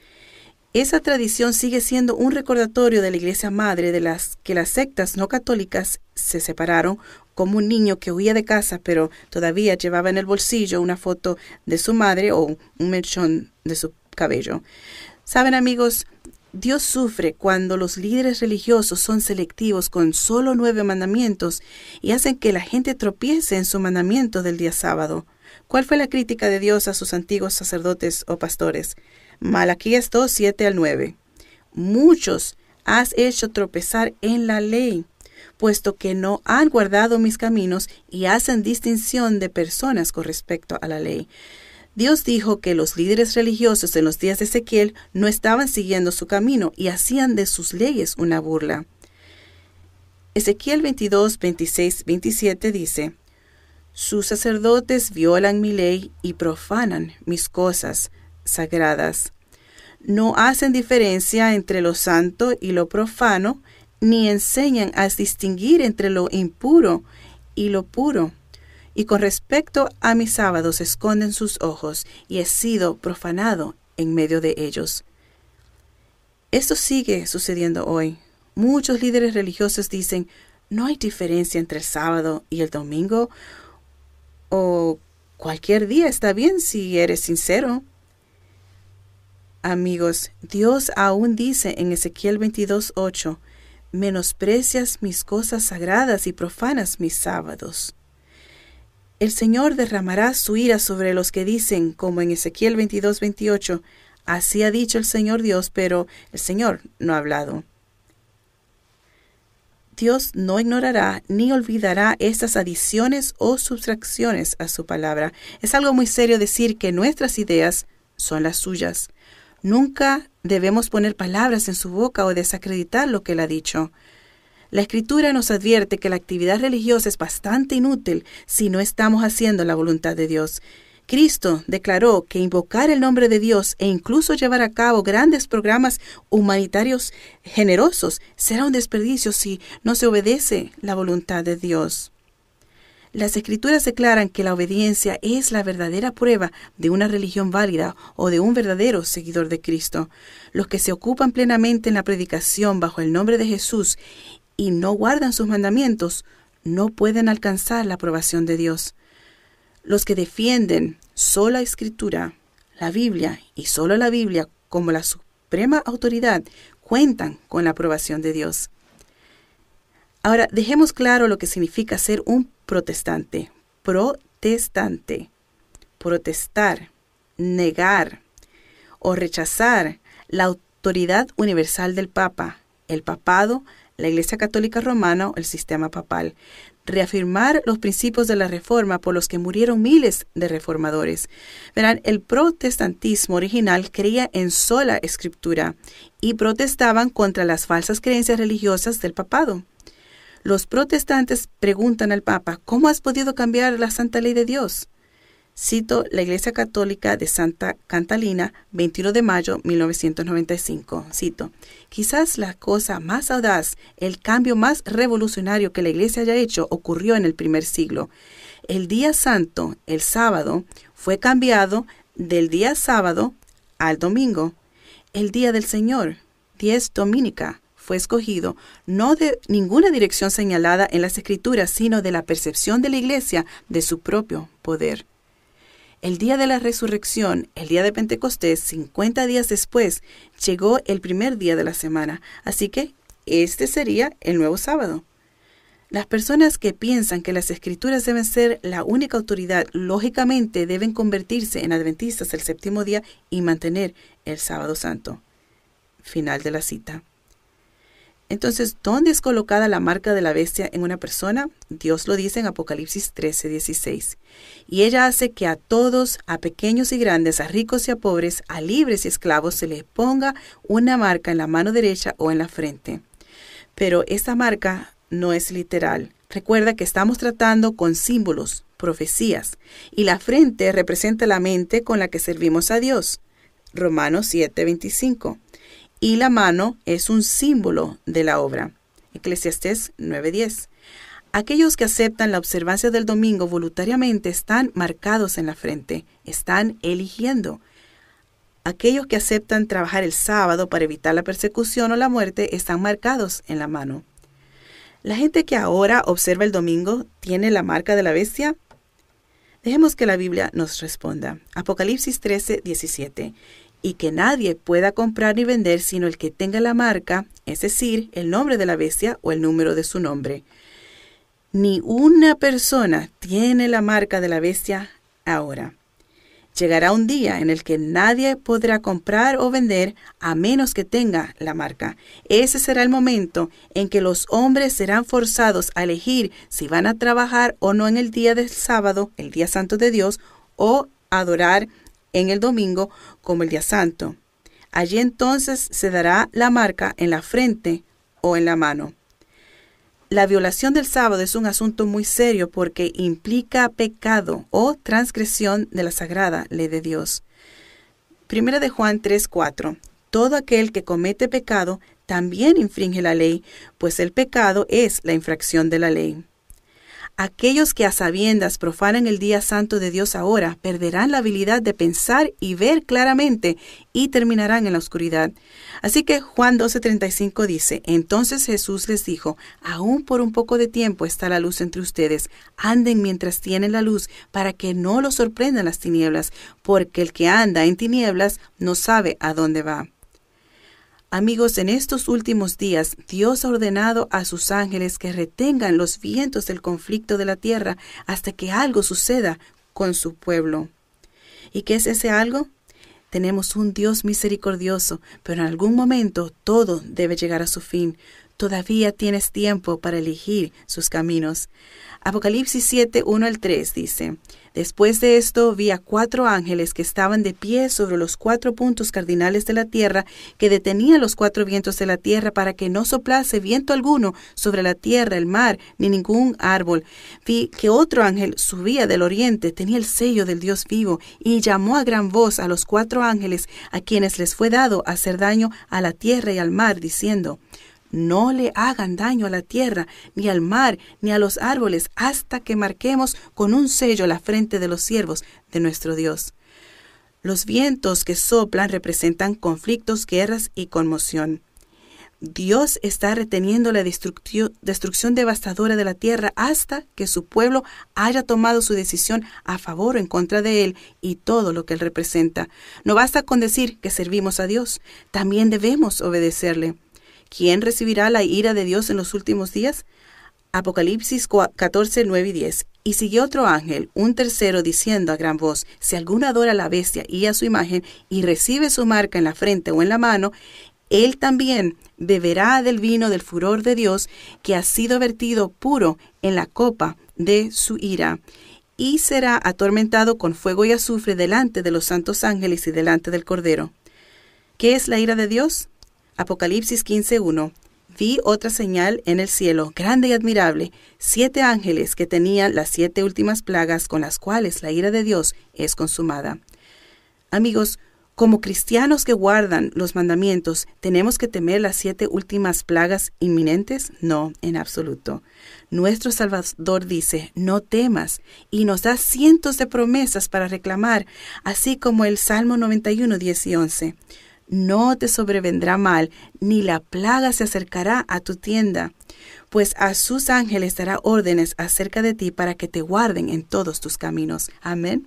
Esa tradición sigue siendo un recordatorio de la Iglesia Madre de las que las sectas no católicas se separaron, como un niño que huía de casa pero todavía llevaba en el bolsillo una foto de su madre o un mechón de su cabello. Saben, amigos, Dios sufre cuando los líderes religiosos son selectivos con solo nueve mandamientos y hacen que la gente tropiece en su mandamiento del día sábado. ¿Cuál fue la crítica de Dios a sus antiguos sacerdotes o pastores? Malaquías dos, siete al nueve. Muchos has hecho tropezar en la ley. puesto que no han guardado mis caminos y hacen distinción de personas con respecto a la ley. Dios dijo que los líderes religiosos en los días de Ezequiel no estaban siguiendo su camino y hacían de sus leyes una burla. Ezequiel veintidós, veintiséis, veintisiete dice: sus sacerdotes violan mi ley y profanan mis cosas sagradas. No hacen diferencia entre lo santo y lo profano, ni enseñan a distinguir entre lo impuro y lo puro. Y con respecto a mis sábados esconden sus ojos, y he sido profanado en medio de ellos. Esto sigue sucediendo hoy. Muchos líderes religiosos dicen: no hay diferencia entre el sábado y el domingo, o cualquier día está bien si eres sincero. Amigos, Dios aún dice en Ezequiel veintidós, ocho: menosprecias mis cosas sagradas y profanas mis sábados. El Señor derramará su ira sobre los que dicen, como en Ezequiel veintidós, veintiocho, así ha dicho el Señor Dios, pero el Señor no ha hablado. Dios no ignorará ni olvidará estas adiciones o sustracciones a su palabra. Es algo muy serio decir que nuestras ideas son las suyas. Nunca debemos poner palabras en su boca o desacreditar lo que él ha dicho. La Escritura nos advierte que la actividad religiosa es bastante inútil si no estamos haciendo la voluntad de Dios. Cristo declaró que invocar el nombre de Dios e incluso llevar a cabo grandes programas humanitarios generosos será un desperdicio si no se obedece la voluntad de Dios. Las Escrituras declaran que la obediencia es la verdadera prueba de una religión válida o de un verdadero seguidor de Cristo. Los que se ocupan plenamente en la predicación bajo el nombre de Jesús y no guardan sus mandamientos no pueden alcanzar la aprobación de Dios. Los que defienden sola Escritura, la Biblia y solo la Biblia como la suprema autoridad cuentan con la aprobación de Dios. Ahora, dejemos claro lo que significa ser un protestante. Protestante. Protestar, negar o rechazar la autoridad universal del Papa, el papado, la Iglesia Católica Romana o el sistema papal. Reafirmar los principios de la Reforma por los que murieron miles de reformadores. Verán, el protestantismo original creía en sola Escritura y protestaban contra las falsas creencias religiosas del papado. Los protestantes preguntan al Papa: ¿cómo has podido cambiar la santa ley de Dios? Cito la Iglesia Católica de Santa Catalina, veintiuno de mayo de mil novecientos noventa y cinco. Cito: quizás la cosa más audaz, el cambio más revolucionario que la Iglesia haya hecho ocurrió en el primer siglo. El día santo, el sábado, fue cambiado del día sábado al domingo. El día del Señor, dies dominica, fue escogido no de ninguna dirección señalada en las Escrituras, sino de la percepción de la Iglesia de su propio poder. El día de la resurrección, el día de Pentecostés, cincuenta días después, llegó el primer día de la semana, así que este sería el nuevo sábado. Las personas que piensan que las Escrituras deben ser la única autoridad, lógicamente deben convertirse en adventistas del séptimo día y mantener el sábado santo. Final de la cita. Entonces, ¿dónde es colocada la marca de la bestia en una persona? Dios lo dice en Apocalipsis trece, dieciséis. Y ella hace que a todos, a pequeños y grandes, a ricos y a pobres, a libres y esclavos, se les ponga una marca en la mano derecha o en la frente. Pero esta marca no es literal. Recuerda que estamos tratando con símbolos, profecías, y la frente representa la mente con la que servimos a Dios. Romanos siete, veinticinco. Y la mano es un símbolo de la obra. Eclesiastés nueve, diez. Aquellos que aceptan la observancia del domingo voluntariamente están marcados en la frente, están eligiendo. Aquellos que aceptan trabajar el sábado para evitar la persecución o la muerte están marcados en la mano. ¿La gente que ahora observa el domingo tiene la marca de la bestia? Dejemos que la Biblia nos responda. Apocalipsis trece, diecisiete. Y que nadie pueda comprar ni vender sino el que tenga la marca, es decir, el nombre de la bestia o el número de su nombre. Ni una persona tiene la marca de la bestia ahora. Llegará un día en el que nadie podrá comprar o vender a menos que tenga la marca. Ese será el momento en que los hombres serán forzados a elegir si van a trabajar o no en el día del sábado, el día santo de Dios, o adorar en el domingo como el día santo. Allí entonces se dará la marca en la frente o en la mano. La violación del sábado es un asunto muy serio porque implica pecado o transgresión de la sagrada ley de Dios. Primera de Juan tres cuatro. Todo aquel que comete pecado también infringe la ley, pues el pecado es la infracción de la ley. Aquellos que a sabiendas profanan el día santo de Dios ahora perderán la habilidad de pensar y ver claramente y terminarán en la oscuridad. Así que Juan doce treinta y cinco dice, entonces Jesús les dijo, aún por un poco de tiempo está la luz entre ustedes, anden mientras tienen la luz para que no los sorprendan las tinieblas, porque el que anda en tinieblas no sabe a dónde va. Amigos, en estos últimos días, Dios ha ordenado a sus ángeles que retengan los vientos del conflicto de la tierra hasta que algo suceda con su pueblo. ¿Y qué es ese algo? Tenemos un Dios misericordioso, pero en algún momento todo debe llegar a su fin. Todavía tienes tiempo para elegir sus caminos. Apocalipsis siete, uno al tres dice, después de esto vi a cuatro ángeles que estaban de pie sobre los cuatro puntos cardinales de la tierra, que detenían los cuatro vientos de la tierra para que no soplase viento alguno sobre la tierra, el mar, ni ningún árbol. Vi que otro ángel subía del oriente, tenía el sello del Dios vivo, y llamó a gran voz a los cuatro ángeles, a quienes les fue dado hacer daño a la tierra y al mar, diciendo, no le hagan daño a la tierra, ni al mar, ni a los árboles, hasta que marquemos con un sello la frente de los siervos de nuestro Dios. Los vientos que soplan representan conflictos, guerras y conmoción. Dios está reteniendo la destrucción, destrucción devastadora de la tierra hasta que su pueblo haya tomado su decisión a favor o en contra de él y todo lo que él representa. No basta con decir que servimos a Dios, también debemos obedecerle. ¿Quién recibirá la ira de Dios en los últimos días? Apocalipsis catorce, nueve y diez. Y siguió otro ángel, un tercero, diciendo a gran voz, si alguno adora a la bestia y a su imagen, y recibe su marca en la frente o en la mano, él también beberá del vino del furor de Dios, que ha sido vertido puro en la copa de su ira, y será atormentado con fuego y azufre delante de los santos ángeles y delante del Cordero. ¿Qué es la ira de Dios? Apocalipsis quince, uno. Vi otra señal en el cielo, grande y admirable, siete ángeles que tenían las siete últimas plagas con las cuales la ira de Dios es consumada. Amigos, como cristianos que guardan los mandamientos, ¿tenemos que temer las siete últimas plagas inminentes? No, en absoluto. Nuestro Salvador dice, no temas, y nos da cientos de promesas para reclamar, así como el Salmo noventa y uno, diez y once. No te sobrevendrá mal, ni la plaga se acercará a tu tienda, pues a sus ángeles dará órdenes acerca de ti para que te guarden en todos tus caminos. Amén.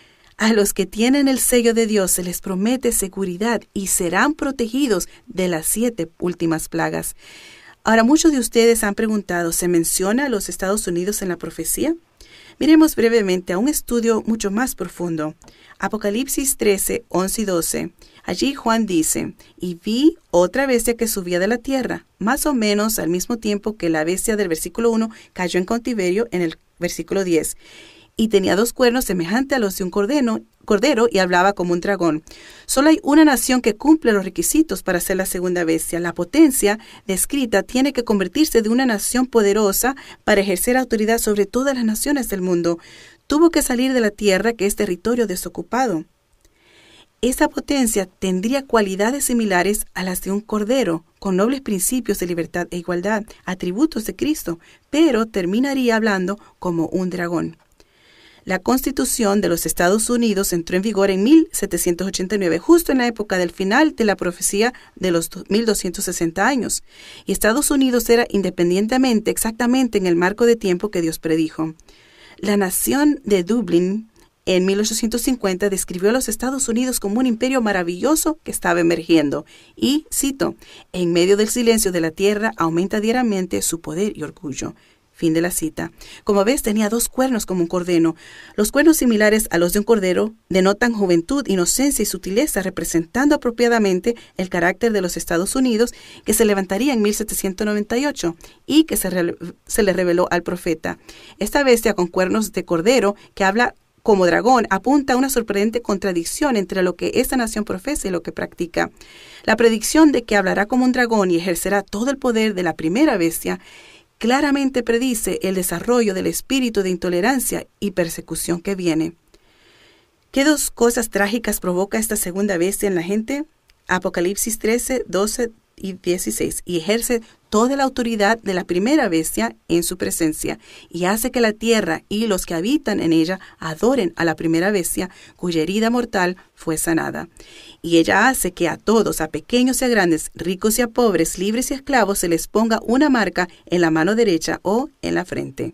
A los que tienen el sello de Dios se les promete seguridad y serán protegidos de las siete últimas plagas. Ahora, muchos de ustedes han preguntado, ¿se menciona a los Estados Unidos en la profecía? Miremos brevemente a un estudio mucho más profundo. Apocalipsis trece, once y doce. Allí Juan dice, y vi otra bestia que subía de la tierra, más o menos al mismo tiempo que la bestia del versículo uno cayó en cautiverio en el versículo diez. Y tenía dos cuernos semejantes a los de un cordero, cordero y hablaba como un dragón. Solo hay una nación que cumple los requisitos para ser la segunda bestia. La potencia descrita tiene que convertirse de una nación poderosa para ejercer autoridad sobre todas las naciones del mundo. Tuvo que salir de la tierra, que es territorio desocupado. Esa potencia tendría cualidades similares a las de un cordero, con nobles principios de libertad e igualdad, atributos de Cristo, pero terminaría hablando como un dragón. La Constitución de los Estados Unidos entró en vigor en mil setecientos ochenta y nueve, justo en la época del final de la profecía de los mil doscientos sesenta años, y Estados Unidos era independientemente exactamente en el marco de tiempo que Dios predijo. La nación de Dublín en mil ochocientos cincuenta describió a los Estados Unidos como un imperio maravilloso que estaba emergiendo, y, cito, en medio del silencio de la tierra aumenta diariamente su poder y orgullo. Fin de la cita. Como ves, tenía dos cuernos como un cordero. Los cuernos similares a los de un cordero denotan juventud, inocencia y sutileza, representando apropiadamente el carácter de los Estados Unidos que se levantaría en mil setecientos noventa y ocho y que se, re se le reveló al profeta. Esta bestia con cuernos de cordero que habla como dragón apunta a una sorprendente contradicción entre lo que esta nación profesa y lo que practica. La predicción de que hablará como un dragón y ejercerá todo el poder de la primera bestia claramente predice el desarrollo del espíritu de intolerancia y persecución que viene. ¿Qué dos cosas trágicas provoca esta segunda bestia en la gente? Apocalipsis trece, doce y dieciséis. Y ejerce toda la autoridad de la primera bestia en su presencia, y hace que la tierra y los que habitan en ella adoren a la primera bestia, cuya herida mortal fue sanada. Y ella hace que a todos, a pequeños y a grandes, ricos y a pobres, libres y esclavos, se les ponga una marca en la mano derecha o en la frente.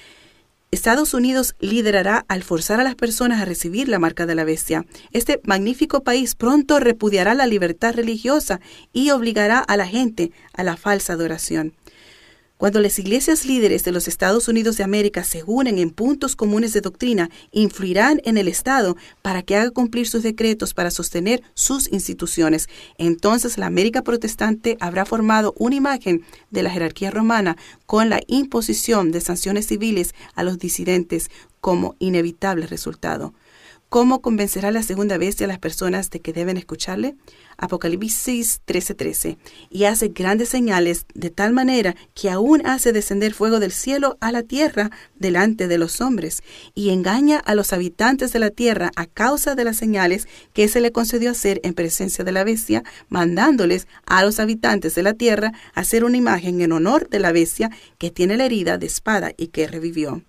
Estados Unidos liderará al forzar a las personas a recibir la marca de la bestia. Este magnífico país pronto repudiará la libertad religiosa y obligará a la gente a la falsa adoración. Cuando las iglesias líderes de los Estados Unidos de América se unen en puntos comunes de doctrina, influirán en el Estado para que haga cumplir sus decretos para sostener sus instituciones. Entonces la América protestante habrá formado una imagen de la jerarquía romana con la imposición de sanciones civiles a los disidentes como inevitable resultado. ¿Cómo convencerá la segunda bestia a las personas de que deben escucharle? Apocalipsis trece, trece. Y hace grandes señales de tal manera que aún hace descender fuego del cielo a la tierra delante de los hombres, y engaña a los habitantes de la tierra a causa de las señales que se le concedió hacer en presencia de la bestia, mandándoles a los habitantes de la tierra hacer una imagen en honor de la bestia que tiene la herida de espada y que revivió.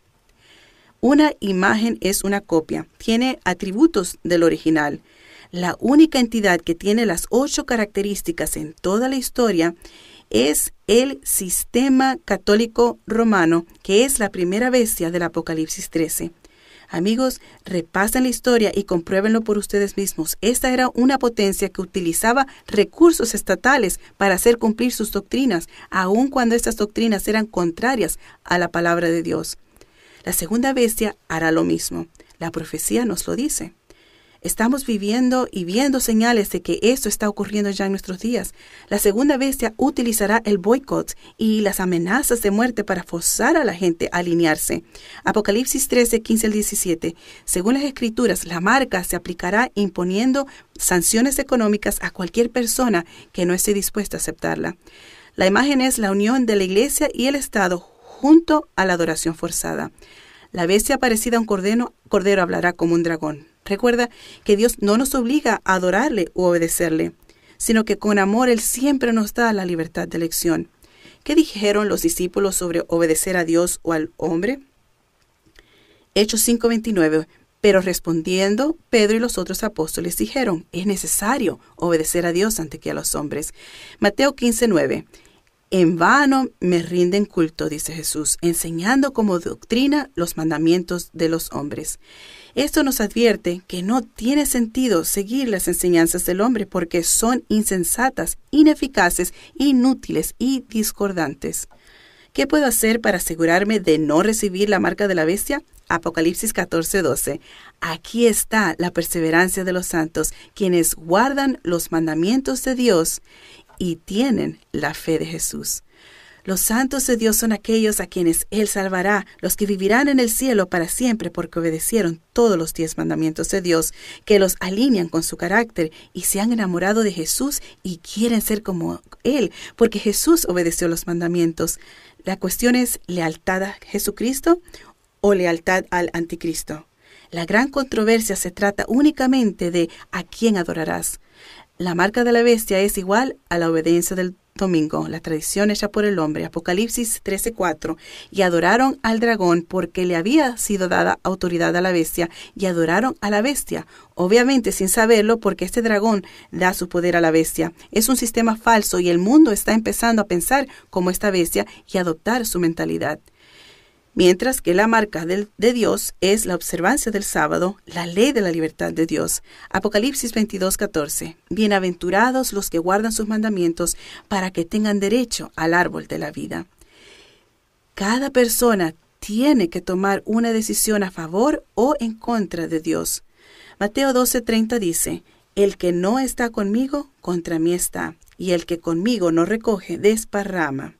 Una imagen es una copia, tiene atributos del original. La única entidad que tiene las ocho características en toda la historia es el sistema católico romano, que es la primera bestia del Apocalipsis trece. Amigos, repasen la historia y compruébenlo por ustedes mismos. Esta era una potencia que utilizaba recursos estatales para hacer cumplir sus doctrinas, aun cuando estas doctrinas eran contrarias a la palabra de Dios. La segunda bestia hará lo mismo. La profecía nos lo dice. Estamos viviendo y viendo señales de que esto está ocurriendo ya en nuestros días. La segunda bestia utilizará el boicot y las amenazas de muerte para forzar a la gente a alinearse. Apocalipsis trece, quince al diecisiete. Según las Escrituras, la marca se aplicará imponiendo sanciones económicas a cualquier persona que no esté dispuesta a aceptarla. La imagen es la unión de la iglesia y el Estado junto a la adoración forzada. La bestia parecida a un cordero, cordero hablará como un dragón. Recuerda que Dios no nos obliga a adorarle u obedecerle, sino que con amor Él siempre nos da la libertad de elección. ¿Qué dijeron los discípulos sobre obedecer a Dios o al hombre? Hechos cinco, veintinueve. Pero respondiendo, Pedro y los otros apóstoles dijeron, es necesario obedecer a Dios antes que a los hombres. Mateo quince, nueve. En vano me rinden culto, dice Jesús, enseñando como doctrina los mandamientos de los hombres. Esto nos advierte que no tiene sentido seguir las enseñanzas del hombre porque son insensatas, ineficaces, inútiles y discordantes. ¿Qué puedo hacer para asegurarme de no recibir la marca de la bestia? Apocalipsis catorce, doce. Aquí está la perseverancia de los santos, quienes guardan los mandamientos de Dios y tienen la fe de Jesús. Los santos de Dios son aquellos a quienes Él salvará, los que vivirán en el cielo para siempre porque obedecieron todos los diez mandamientos de Dios, que los alinean con su carácter y se han enamorado de Jesús y quieren ser como Él, porque Jesús obedeció los mandamientos. La cuestión es lealtad a Jesucristo o lealtad al anticristo. La gran controversia se trata únicamente de a quién adorarás. La marca de la bestia es igual a la obediencia del domingo, la tradición hecha por el hombre. Apocalipsis trece, cuatro. Y adoraron al dragón porque le había sido dada autoridad a la bestia, y adoraron a la bestia, obviamente sin saberlo porque este dragón da su poder a la bestia. Es un sistema falso y el mundo está empezando a pensar como esta bestia y a adoptar su mentalidad. Mientras que la marca del, de Dios es la observancia del sábado, la ley de la libertad de Dios. Apocalipsis veintidós, catorce. Bienaventurados los que guardan sus mandamientos para que tengan derecho al árbol de la vida. Cada persona tiene que tomar una decisión a favor o en contra de Dios. Mateo doce treinta dice, el que no está conmigo, contra mí está, y el que conmigo no recoge, desparrama.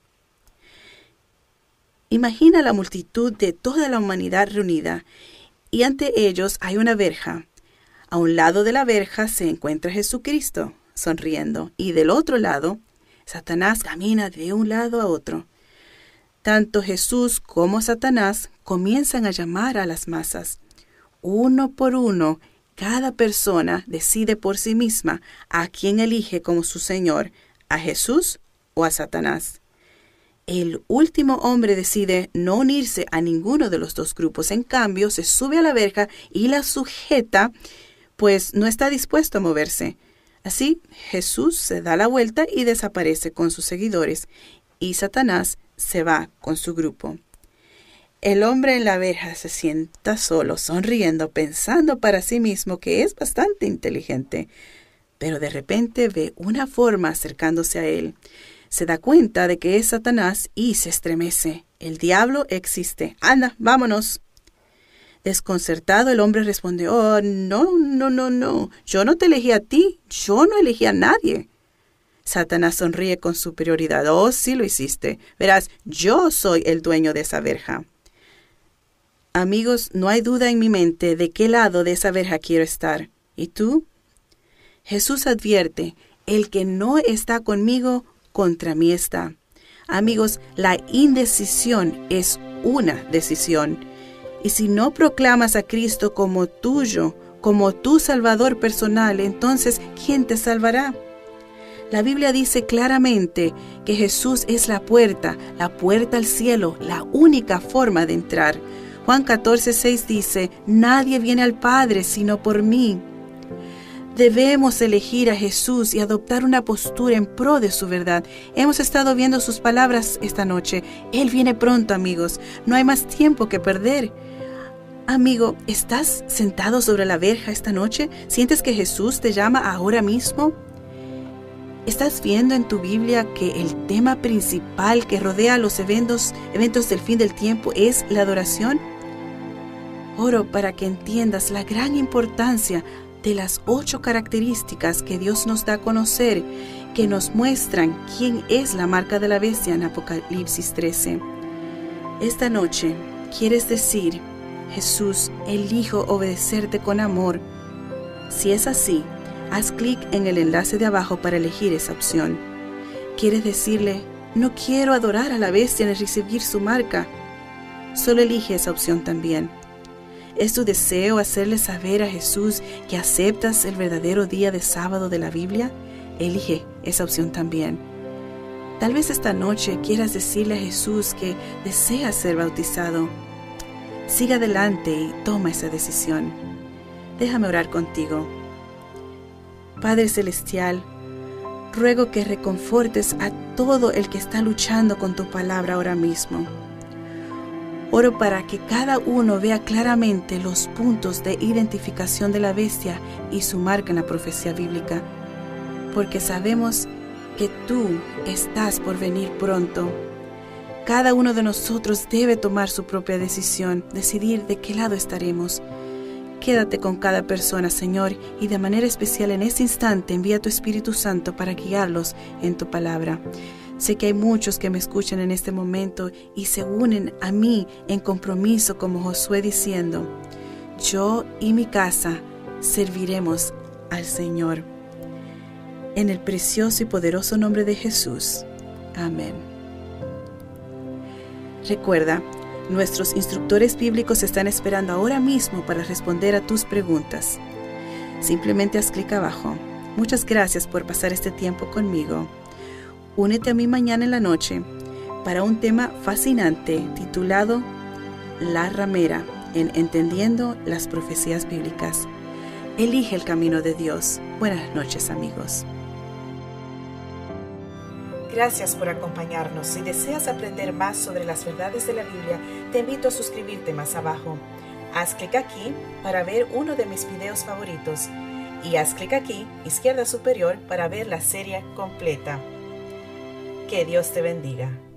Imagina la multitud de toda la humanidad reunida, y ante ellos hay una verja. A un lado de la verja se encuentra Jesucristo, sonriendo, y del otro lado, Satanás camina de un lado a otro. Tanto Jesús como Satanás comienzan a llamar a las masas. Uno por uno, cada persona decide por sí misma a quién elige como su Señor, a Jesús o a Satanás. El último hombre decide no unirse a ninguno de los dos grupos. En cambio, se sube a la verja y la sujeta, pues no está dispuesto a moverse. Así, Jesús se da la vuelta y desaparece con sus seguidores, y Satanás se va con su grupo. El hombre en la verja se sienta solo, sonriendo, pensando para sí mismo que es bastante inteligente, pero de repente ve una forma acercándose a él. Se da cuenta de que es Satanás y se estremece. El diablo existe. Anda, vámonos. Desconcertado, el hombre responde, oh, no, no, no, no. Yo no te elegí a ti. Yo no elegí a nadie. Satanás sonríe con superioridad. Oh, sí lo hiciste. Verás, yo soy el dueño de esa verja. Amigos, no hay duda en mi mente de qué lado de esa verja quiero estar. ¿Y tú? Jesús advierte, el que no está conmigo, contra mí está. Amigos, la indecisión es una decisión. Y si no proclamas a Cristo como tuyo, como tu Salvador personal, entonces, ¿quién te salvará? La Biblia dice claramente que Jesús es la puerta, la puerta al cielo, la única forma de entrar. Juan catorce seis dice, nadie viene al Padre sino por mí. Debemos elegir a Jesús y adoptar una postura en pro de su verdad. Hemos estado viendo sus palabras esta noche. Él viene pronto, amigos. No hay más tiempo que perder. Amigo, ¿estás sentado sobre la verja esta noche? ¿Sientes que Jesús te llama ahora mismo? ¿Estás viendo en tu Biblia que el tema principal que rodea los eventos, eventos del fin del tiempo es la adoración? Oro para que entiendas la gran importancia de las ocho características que Dios nos da a conocer, que nos muestran quién es la marca de la bestia en Apocalipsis trece. Esta noche, ¿quieres decir, Jesús, elijo obedecerte con amor? Si es así, haz clic en el enlace de abajo para elegir esa opción. ¿Quieres decirle, no quiero adorar a la bestia ni recibir su marca? Solo elige esa opción también. ¿Es tu deseo hacerle saber a Jesús que aceptas el verdadero día de sábado de la Biblia? Elige esa opción también. Tal vez esta noche quieras decirle a Jesús que deseas ser bautizado. Siga adelante y toma esa decisión. Déjame orar contigo. Padre Celestial, ruego que reconfortes a todo el que está luchando con tu palabra ahora mismo. Oro para que cada uno vea claramente los puntos de identificación de la bestia y su marca en la profecía bíblica, porque sabemos que tú estás por venir pronto. Cada uno de nosotros debe tomar su propia decisión, decidir de qué lado estaremos. Quédate con cada persona, Señor, y de manera especial en este instante envía tu Espíritu Santo para guiarlos en tu palabra. Sé que hay muchos que me escuchan en este momento y se unen a mí en compromiso como Josué diciendo, yo y mi casa serviremos al Señor. En el precioso y poderoso nombre de Jesús. Amén. Recuerda, nuestros instructores bíblicos están esperando ahora mismo para responder a tus preguntas. Simplemente haz clic abajo. Muchas gracias por pasar este tiempo conmigo. Únete a mí mañana en la noche para un tema fascinante titulado La Ramera en Entendiendo las Profecías Bíblicas. Elige el camino de Dios. Buenas noches, amigos. Gracias por acompañarnos. Si deseas aprender más sobre las verdades de la Biblia, te invito a suscribirte más abajo. Haz clic aquí para ver uno de mis videos favoritos y haz clic aquí, izquierda superior, para ver la serie completa. Que Dios te bendiga.